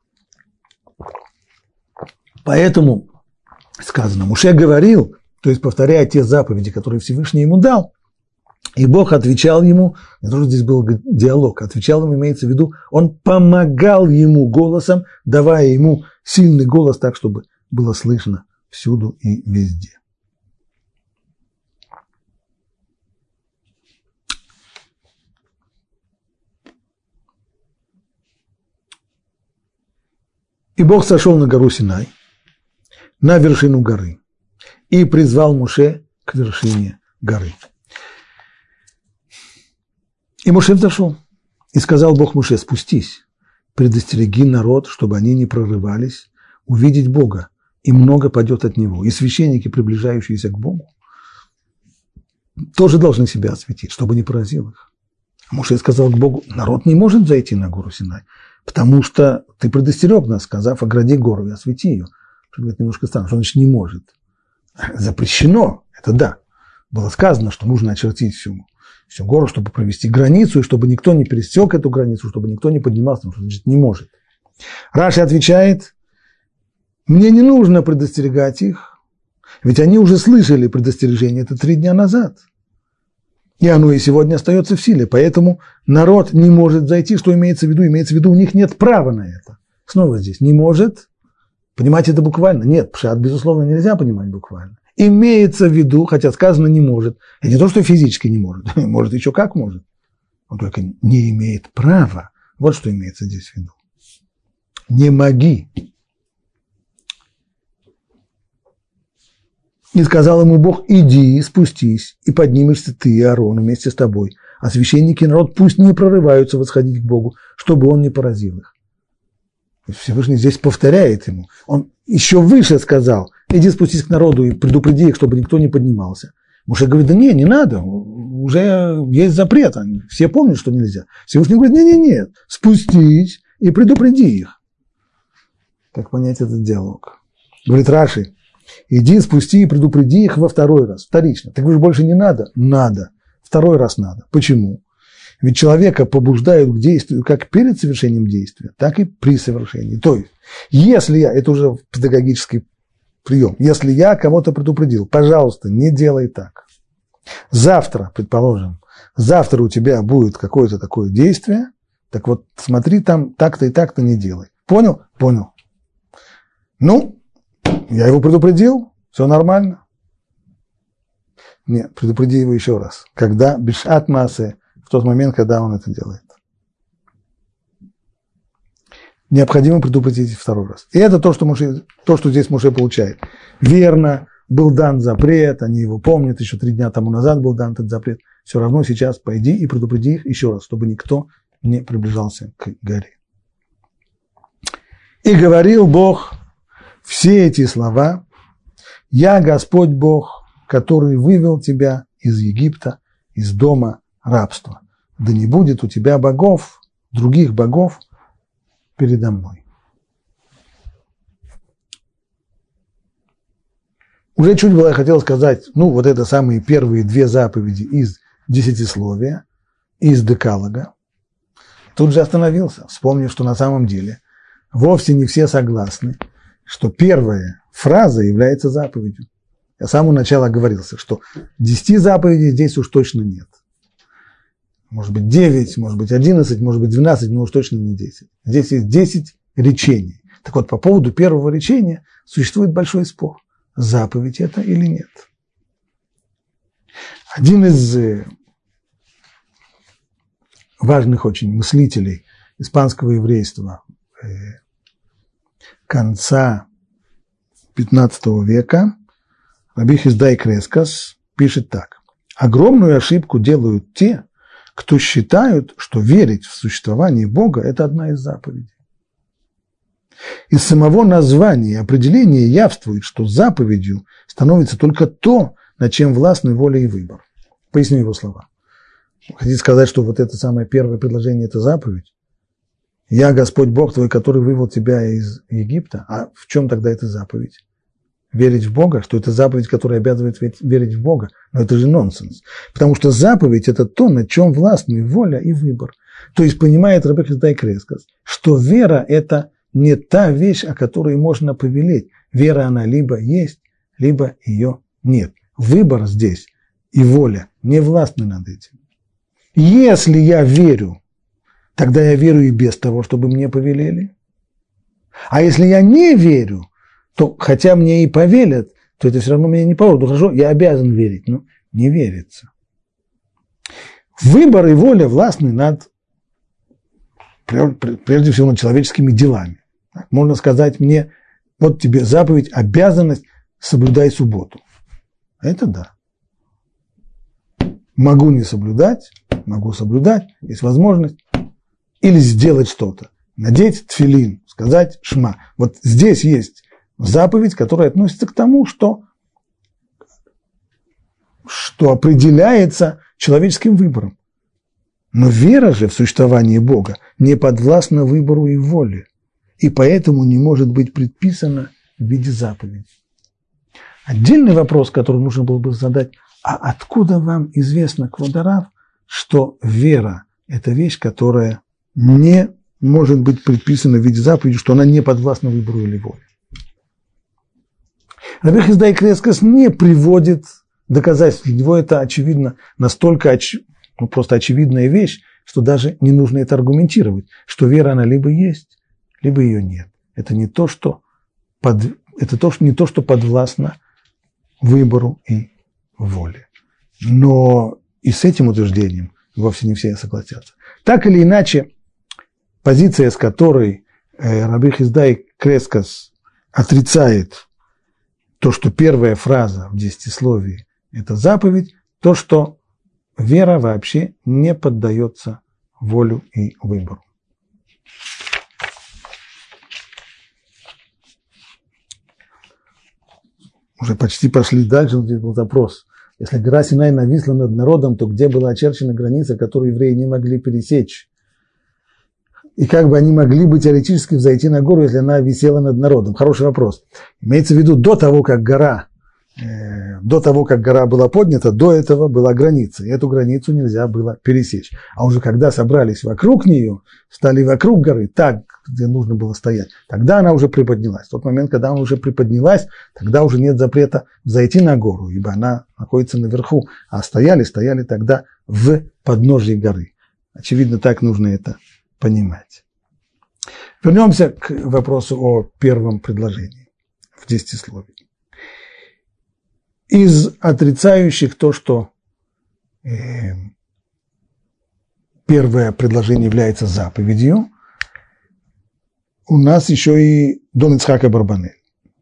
Поэтому сказано, Моше говорил, то есть повторяя те заповеди, которые Всевышний ему дал, и Бог отвечал ему, не то, что здесь был диалог, отвечал ему, имеется в виду, он помогал ему голосом, давая ему сильный голос так, чтобы было слышно всюду и везде. И Бог сошел на гору Синай, на вершину горы, и призвал Моше к вершине горы. И Моше взошел, и сказал Бог Моше: спустись, предостереги народ, чтобы они не прорывались, увидеть Бога, и много падет от него. И священники, приближающиеся к Богу, тоже должны себя осветить, чтобы не поразил их. А Моше сказал к Богу: народ не может зайти на гору Синай, потому что ты предостерег нас, сказав: огради гору и освети ее. Это немножко странно, что значит не может. Запрещено, это да. Было сказано, что нужно очертить всю, всю гору, чтобы провести границу, и чтобы никто не пересек эту границу, чтобы никто не поднимался, потому что значит не может. Раши отвечает: мне не нужно предостерегать их, ведь они уже слышали предостережение это три дня назад. И оно и сегодня остается в силе, поэтому народ не может зайти, что имеется в виду? Имеется в виду, у них нет права на это. Снова здесь не может, понимать это буквально. Нет, пшат, безусловно, нельзя понимать буквально. Имеется в виду, хотя сказано не может, и не то, что физически не может, может еще как может, он только не имеет права. Вот что имеется здесь в виду. Не моги. И сказал ему Бог: иди, спустись, и поднимешься ты и Аарон вместе с тобой а священники и народ пусть не прорываются восходить к Богу, чтобы он не поразил их. Всевышний здесь повторяет ему. Он еще выше сказал: иди спустись к народу и предупреди их, чтобы никто не поднимался. Моше говорит: да не, не надо, уже есть запрет, все помнят, что нельзя. Всевышний говорит: не-не-не, спустись и предупреди их. Как понять этот диалог? Говорит Раши: иди, спусти и предупреди их во второй раз, вторично. Так говоришь, больше не надо? Надо. Второй раз надо. Почему? Ведь человека побуждают к действию как перед совершением действия, так и при совершении. То есть, если я, это уже педагогический прием, если я кого-то предупредил: пожалуйста, не делай так. Завтра, предположим, завтра у тебя будет какое-то такое действие, так вот смотри там, так-то и так-то не делай. Понял? Понял. Ну, я его предупредил, все нормально. Нет, предупреди его еще раз. Когда? Бишат маасе, в тот момент, когда он это делает. Необходимо предупредить второй раз. И это то, что, Моше, то, что здесь Моше получает. Верно, был дан запрет, они его помнят, еще три дня тому назад был дан этот запрет. Все равно сейчас пойди и предупреди их еще раз, чтобы никто не приближался к горе. И говорил Бог все эти слова: «Я Господь Бог, который вывел тебя из Египта, из дома рабства. Да не будет у тебя богов, других богов передо мной». Уже чуть было я хотел сказать, ну, вот это самые первые две заповеди из десятисловия, из декалога. Тут же остановился, вспомнив, что на самом деле вовсе не все согласны, что первая фраза является заповедью. Я с самого начала оговорился, что десяти заповедей здесь уж точно нет. Может быть, девять, может быть, одиннадцать, может быть, двенадцать, но уж точно не десять. Здесь есть десять речений. Так вот, по поводу первого речения существует большой спор. Заповедь это или нет. Один из важных очень мыслителей испанского еврейства конца пятнадцатого века, Раби Хиздай Крескас, пишет так: огромную ошибку делают те, кто считают, что верить в существование Бога – это одна из заповедей. Из самого названия и определения явствует, что заповедью становится только то, над чем властны воля и выбор. Поясню его слова. Хотите сказать, что вот это самое первое предложение – это заповедь? «Я Господь Бог твой, который вывел тебя из Египта». А в чем тогда эта заповедь? Верить в Бога? Что это заповедь, которая обязывает верить в Бога? Но это же нонсенс. Потому что заповедь – это то, над чем властны воля и выбор. То есть понимает Раби Хиздай Крескас, что вера – это не та вещь, о которой можно повелеть. Вера, она либо есть, либо ее нет. Выбор здесь и воля не властны над этим. Если я верю, тогда я верю и без того, чтобы мне повелели. А если я не верю, то хотя мне и повелят, то это все равно меня не поможет. Ну хорошо, я обязан верить, но не верится. Выбор и воля властны над, прежде всего, над человеческими делами. Можно сказать мне: вот тебе заповедь, обязанность, соблюдай субботу. Это да. Могу не соблюдать, могу соблюдать, есть возможность. Или сделать что-то, надеть тфилин, сказать шма. Вот здесь есть заповедь, которая относится к тому, что, что определяется человеческим выбором. Но вера же в существование Бога не подвластна выбору и воле, и поэтому не может быть предписана в виде заповеди. Отдельный вопрос, который нужно было бы задать: а откуда вам известно, квод ха-рав, что вера – это вещь, которая не может быть предписана в виде заповеди, что она не подвластна выбору или воле? Раби Хиздай Крескас не приводит доказательств. Для него это очевидно, настолько оч... ну, просто очевидная вещь, что даже не нужно это аргументировать, что вера, она либо есть, либо ее нет. Это не то, что, под... это то, что... не то, что подвластно выбору и воле. Но и с этим утверждением вовсе не все согласятся. Так или иначе, позиция, с которой э, Раби Хиздай Крескас отрицает то, что первая фраза в десятисловии – это заповедь, то, что вера вообще не поддается волю и выбору. Уже почти пошли дальше, здесь был запрос. Если гора Синай нависла над народом, то где была очерчена граница, которую евреи не могли пересечь? И как бы они могли бы теоретически взойти на гору, если она висела над народом? Хороший вопрос. Имеется в виду, до того, как гора, э, до того, как гора была поднята, до этого была граница. И эту границу нельзя было пересечь. А уже когда собрались вокруг нее, стали вокруг горы, так, где нужно было стоять, тогда она уже приподнялась. В тот момент, когда она уже приподнялась, тогда уже нет запрета взойти на гору, ибо она находится наверху. А стояли, стояли тогда в подножье горы. Очевидно, так нужно это понимать. Вернемся к вопросу о первом предложении в десятисловии. Из отрицающих то, что э, первое предложение является заповедью, у нас еще и Дон Ицхак Абарбанель.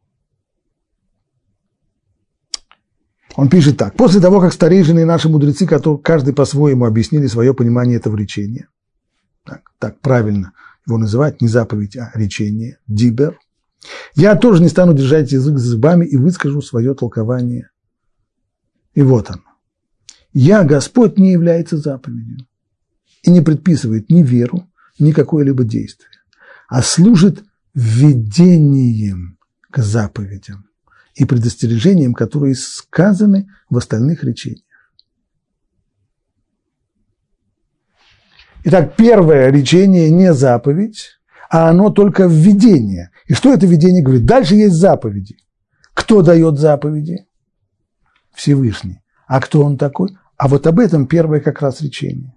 Он пишет так. После того, как старейшины и наши мудрецы, которые каждый по-своему объяснили свое понимание этого речения, так, так правильно его называть, не заповедь, а речение, дибер, я тоже не стану держать язык за зубами и выскажу свое толкование. И вот оно. Я, Господь, не является заповедью и не предписывает ни веру, ни какое-либо действие, а служит введением к заповедям и предостережениям, которые сказаны в остальных речениях. Итак, первое речение не заповедь, а оно только введение. И что это введение говорит? Дальше есть заповеди. Кто дает заповеди? Всевышний. А кто он такой? А вот об этом первое как раз речение.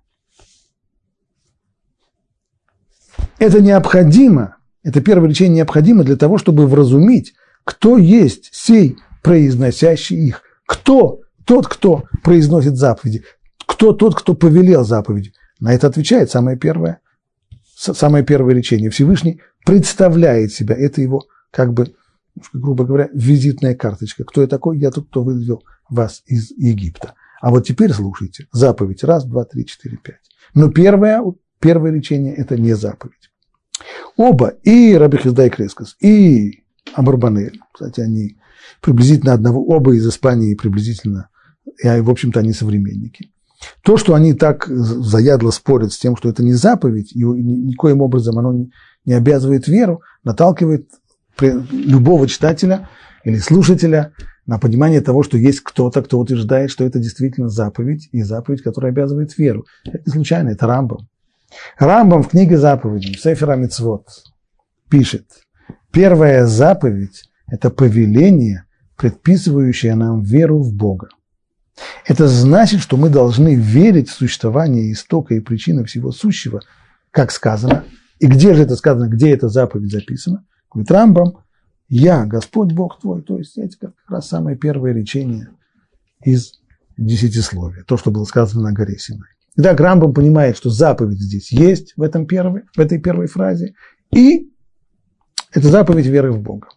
Это необходимо, это первое речение необходимо для того, чтобы вразумить, кто есть сей, произносящий их. Кто тот, кто произносит заповеди? Кто тот, кто повелел заповеди? На это отвечает самое первое, самое первое речение. Всевышний представляет себя. Это его, как бы, грубо говоря, визитная карточка. Кто я такой? Я тот, кто вывел вас из Египта. А вот теперь слушайте. Заповедь. Раз, два, три, четыре, пять. Но первое, первое речение – это не заповедь. Оба, и Раби Хиздай Крескос, и Абарбанель, кстати, они приблизительно одного, оба из Испании приблизительно, и, в общем-то, они современники. То, что они так заядло спорят с тем, что это не заповедь, и никоим образом оно не обязывает веру, наталкивает любого читателя или слушателя на понимание того, что есть кто-то, кто утверждает, что это действительно заповедь, и заповедь, которая обязывает веру. Это не случайно, это Рамбам. Рамбам в книге заповедей, в Сефер ха-Мицвот, пишет, первая заповедь – это повеление, предписывающее нам веру в Бога. Это значит, что мы должны верить в существование истока и причины всего сущего, как сказано. И где же это сказано, где эта заповедь записана? Говорит Рамбам, я, Господь Бог твой. То есть это как раз самое первое речение из десятисловия, то, что было сказано на горе Синай. Итак, Рамбам понимает, что заповедь здесь есть в, этом первой, в этой первой фразе, и это заповедь веры в Бога.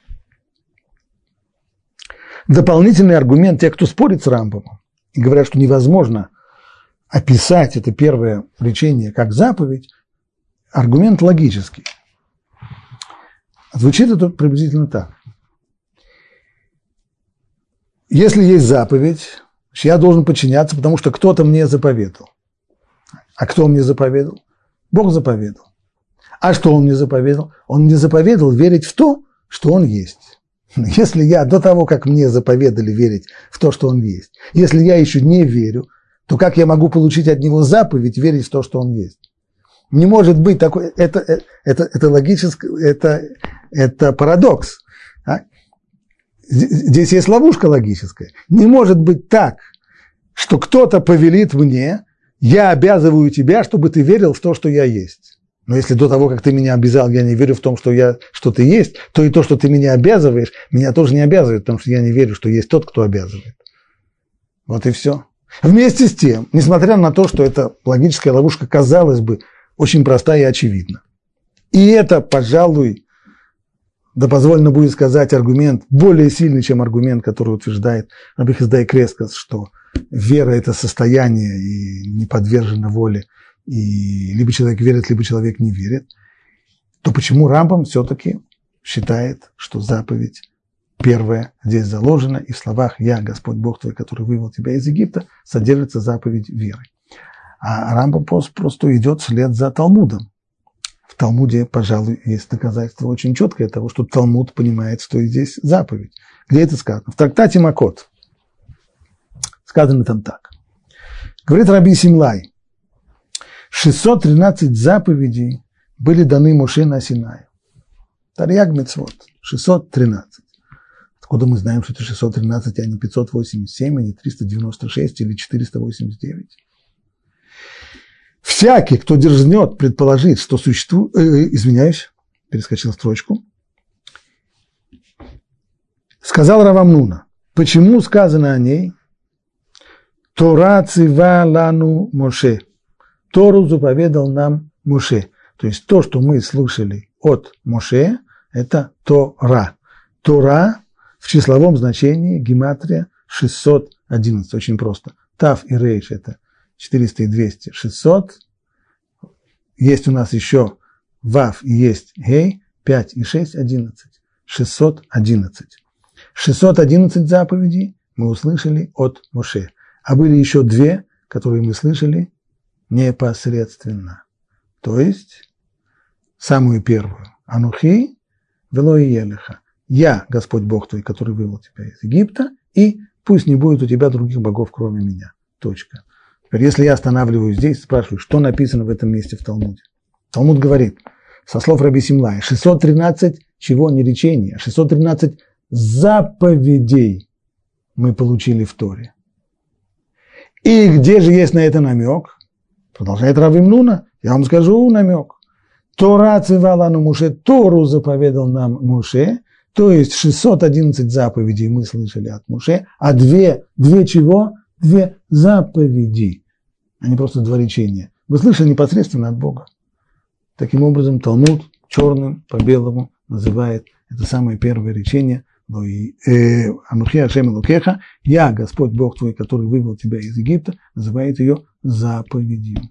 Дополнительный аргумент, те, кто спорит с Рамбамом и говорят, что невозможно описать это первое речение как заповедь, аргумент логический. Звучит это приблизительно так. Если есть заповедь, я должен подчиняться, потому что кто-то мне заповедал. А кто мне заповедал? Бог заповедал. А что он мне заповедал? Он мне заповедал верить в то, что он есть. Если я до того, как мне заповедали верить в то, что он есть, если я еще не верю, то как я могу получить от него заповедь верить в то, что он есть? Не может быть такой, это, это, это логически, это, это парадокс. А? Здесь есть ловушка логическая. Не может быть так, что кто-то повелит мне, я обязываю тебя, чтобы ты верил в то, что я есть. Но если до того, как ты меня обязал, я не верю в том, что, я, что ты есть, то и то, что ты меня обязываешь, меня тоже не обязывает, потому что я не верю, что есть тот, кто обязывает. Вот и все. Вместе с тем, несмотря на то, что эта логическая ловушка, казалось бы, очень простая и очевидна. И это, пожалуй, да позволено будет сказать, аргумент более сильный, чем аргумент, который утверждает Раби Хиздай Крескос, что вера – это состояние и не подвержено воле, и либо человек верит, либо человек не верит, то почему Рамбам все-таки считает, что заповедь первая здесь заложена, и в словах «Я, Господь Бог твой, который вывел тебя из Египта», содержится заповедь веры. А Рамбам просто идет вслед за Талмудом. В Талмуде, пожалуй, есть доказательство очень четкое того, что Талмуд понимает, что здесь заповедь. Где это сказано? В трактате Макот. Сказано там так. Говорит Раби Симлай, шестьсот тринадцать заповедей были даны Моше на Синае. Тарьяг мицвот, шестьсот тринадцать. Откуда мы знаем, что это шестьсот тринадцать, а не пятьсот восемьдесят семь, а не триста девяносто шесть или четыреста восемьдесят девять? Всякий, кто дерзнет предположить, что существует... Э, извиняюсь, перескочил строчку. Сказал Рав Амнуна, почему сказано о ней? Тора цива лану Моше. Тору заповедал нам Моше. То есть то, что мы слышали от Моше, это Тора. Тора в числовом значении гематрия шестьсот одиннадцать. Очень просто. Тав и рейш – это четыреста и двести, шестьсот. Есть у нас еще вав и есть гей, пять и шесть, одиннадцать. шестьсот одиннадцать. шестьсот одиннадцать заповедей мы услышали от Моше. А были еще две, которые мы слышали непосредственно. То есть самую первую. Анухи вело иелеха. Я, Господь Бог твой, который вывел тебя из Египта, и пусть не будет у тебя других богов, кроме меня. Точка. Теперь, если я останавливаюсь здесь, спрашиваю, что написано в этом месте в Талмуде. Талмуд говорит, со слов Раби Симлая, шестьсот тринадцать чего не речений, а шестьсот тринадцать заповедей мы получили в Торе. И где же есть на это намек? Продолжает Рав Амнуна, я вам скажу намек. Тора цива лану Моше, Тору заповедал нам Моше, то есть шестьсот одиннадцать заповедей мы слышали от Моше, а две, две чего? Две заповеди, а не просто два речения. Мы слышали непосредственно от Бога. Таким образом, Талмуд черным по белому называет это самое первое речение «Анухи Ашем Элокеха», «Я, Господь Бог твой, который вывел тебя из Египта», называет ее заповедью.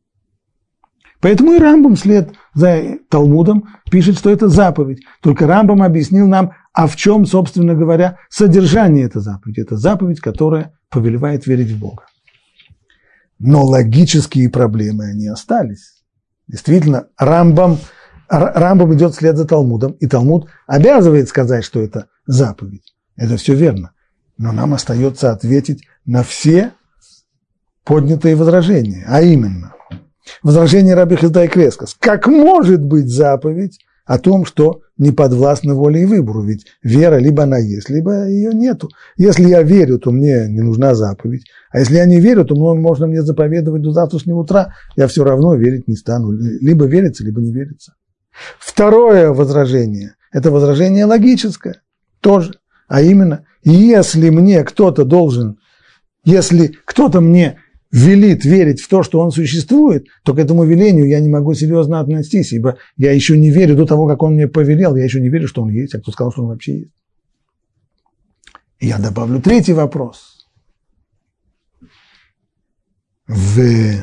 Поэтому и Рамбам вслед за Талмудом пишет, что это заповедь. Только Рамбам объяснил нам, а в чем, собственно говоря, содержание этой заповеди. Это заповедь, которая повелевает верить в Бога. Но логические проблемы, они остались. Действительно, Рамбам, Рамбам идет вслед за Талмудом, и Талмуд обязывает сказать, что это заповедь. Это все верно. Но нам остается ответить на все поднятые возражения, а именно возражение Раби Хизда Крескос. Как может быть заповедь о том, что не подвластна воле и выбору? Ведь вера либо она есть, либо ее нету. Если я верю, то мне не нужна заповедь. А если я не верю, то можно мне заповедовать до завтрашнего утра. Я все равно верить не стану. Либо верится, либо не верится. Второе возражение – это возражение логическое тоже. А именно, если мне кто-то должен, если кто-то мне велит верить в то, что он существует, то к этому велению я не могу серьезно относиться, ибо я еще не верю до того, как он мне повелел, я еще не верю, что он есть, а кто сказал, что он вообще есть. И я добавлю третий вопрос. В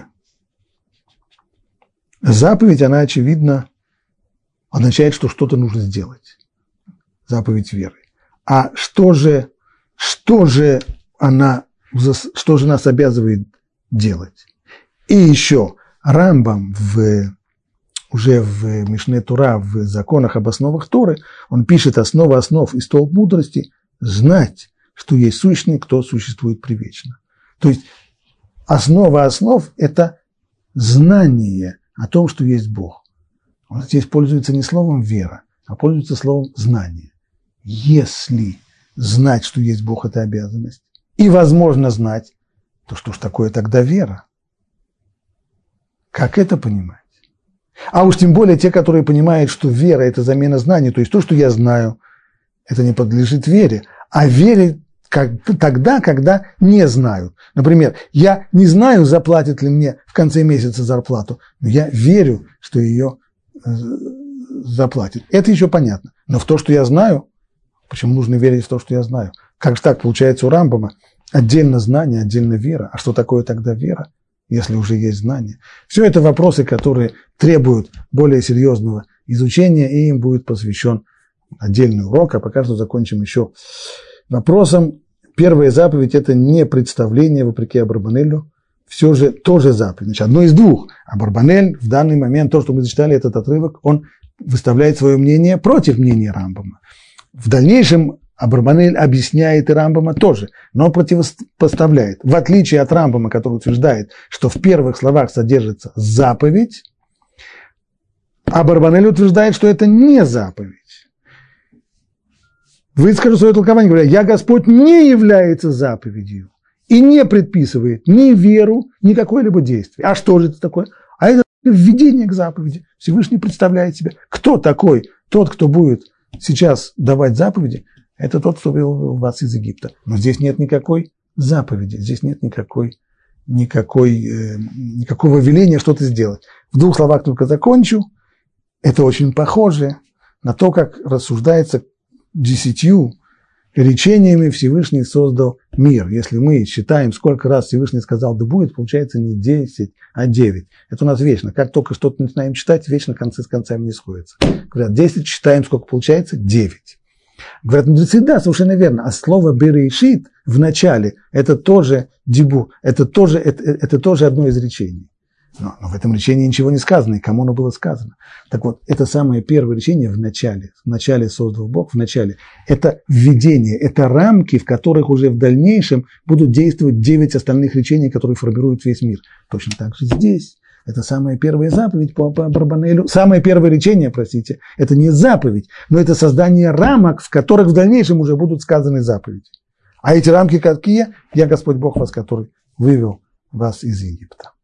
заповедь, она, очевидно, означает, что что-то нужно сделать. Заповедь веры. А что же, что же она, что же нас обязывает делать? И еще Рамбам в, уже в Мишне Тора, в законах об основах Торы, он пишет основа основ и столб мудрости знать, что есть сущный, кто существует привечно. То есть основа основ – это знание о том, что есть Бог. Он здесь пользуется не словом вера, а пользуется словом знание. Если знать, что есть Бог – это обязанность, и возможно знать, то что ж такое тогда вера? Как это понимать? А уж тем более те, которые понимают, что вера – это замена знаний, то есть то, что я знаю, это не подлежит вере, а вере как, тогда, когда не знают. Например, я не знаю, заплатят ли мне в конце месяца зарплату, но я верю, что ее заплатят. Это еще понятно. Но в то, что я знаю, почему нужно верить в то, что я знаю? Как же так получается у Рамбама? Отдельно знание, отдельно вера. А что такое тогда вера, если уже есть знание? Все это вопросы, которые требуют более серьезного изучения, и им будет посвящен отдельный урок. А пока что закончим еще вопросом. Первая заповедь – это не представление, вопреки Абарбанелю, все же тоже заповедь. Значит, одно из двух. Абарбанель в данный момент, то, что мы зачитали этот отрывок, он выставляет свое мнение против мнения Рамбама. В дальнейшем Абарбанель объясняет и Рамбама тоже, но он противопоставляет. В отличие от Рамбама, который утверждает, что в первых словах содержится заповедь, Абарбанель утверждает, что это не заповедь. Выскажу свое толкование, говоря, «Я, Господь, не является заповедью и не предписывает ни веру, ни какое-либо действие». А что же это такое? А это введение к заповеди. Всевышний представляет себе, кто такой тот, кто будет сейчас давать заповеди, это тот, кто вывел вас из Египта. Но здесь нет никакой заповеди, здесь нет никакой, никакой, э, никакого веления что-то сделать. В двух словах только закончу. Это очень похоже на то, как рассуждается десятью речениями Всевышний создал мир. Если мы считаем, сколько раз Всевышний сказал «да будет», получается не десять, а девять. Это у нас вечно. Как только что-то начинаем читать, вечно концы с концами не сходятся. Говорят, десять, считаем, сколько получается? девять. Говорят, мудрецы, да, совершенно верно. А слово «берешит» в начале – это тоже дибур, это тоже, это, это тоже одно из речений. Но, но в этом речении ничего не сказано, и кому оно было сказано. Так вот, это самое первое речение в начале. В начале создал Бог, в начале. Это введение, это рамки, в которых уже в дальнейшем будут действовать девять остальных речений, которые формируют весь мир. Точно так же здесь. Это самая первая заповедь по Абарбанелю. Самое первое речение, простите, это не заповедь, но это создание рамок, в которых в дальнейшем уже будут сказаны заповеди. А эти рамки какие? Я Господь Бог вас, который вывел вас из Египта.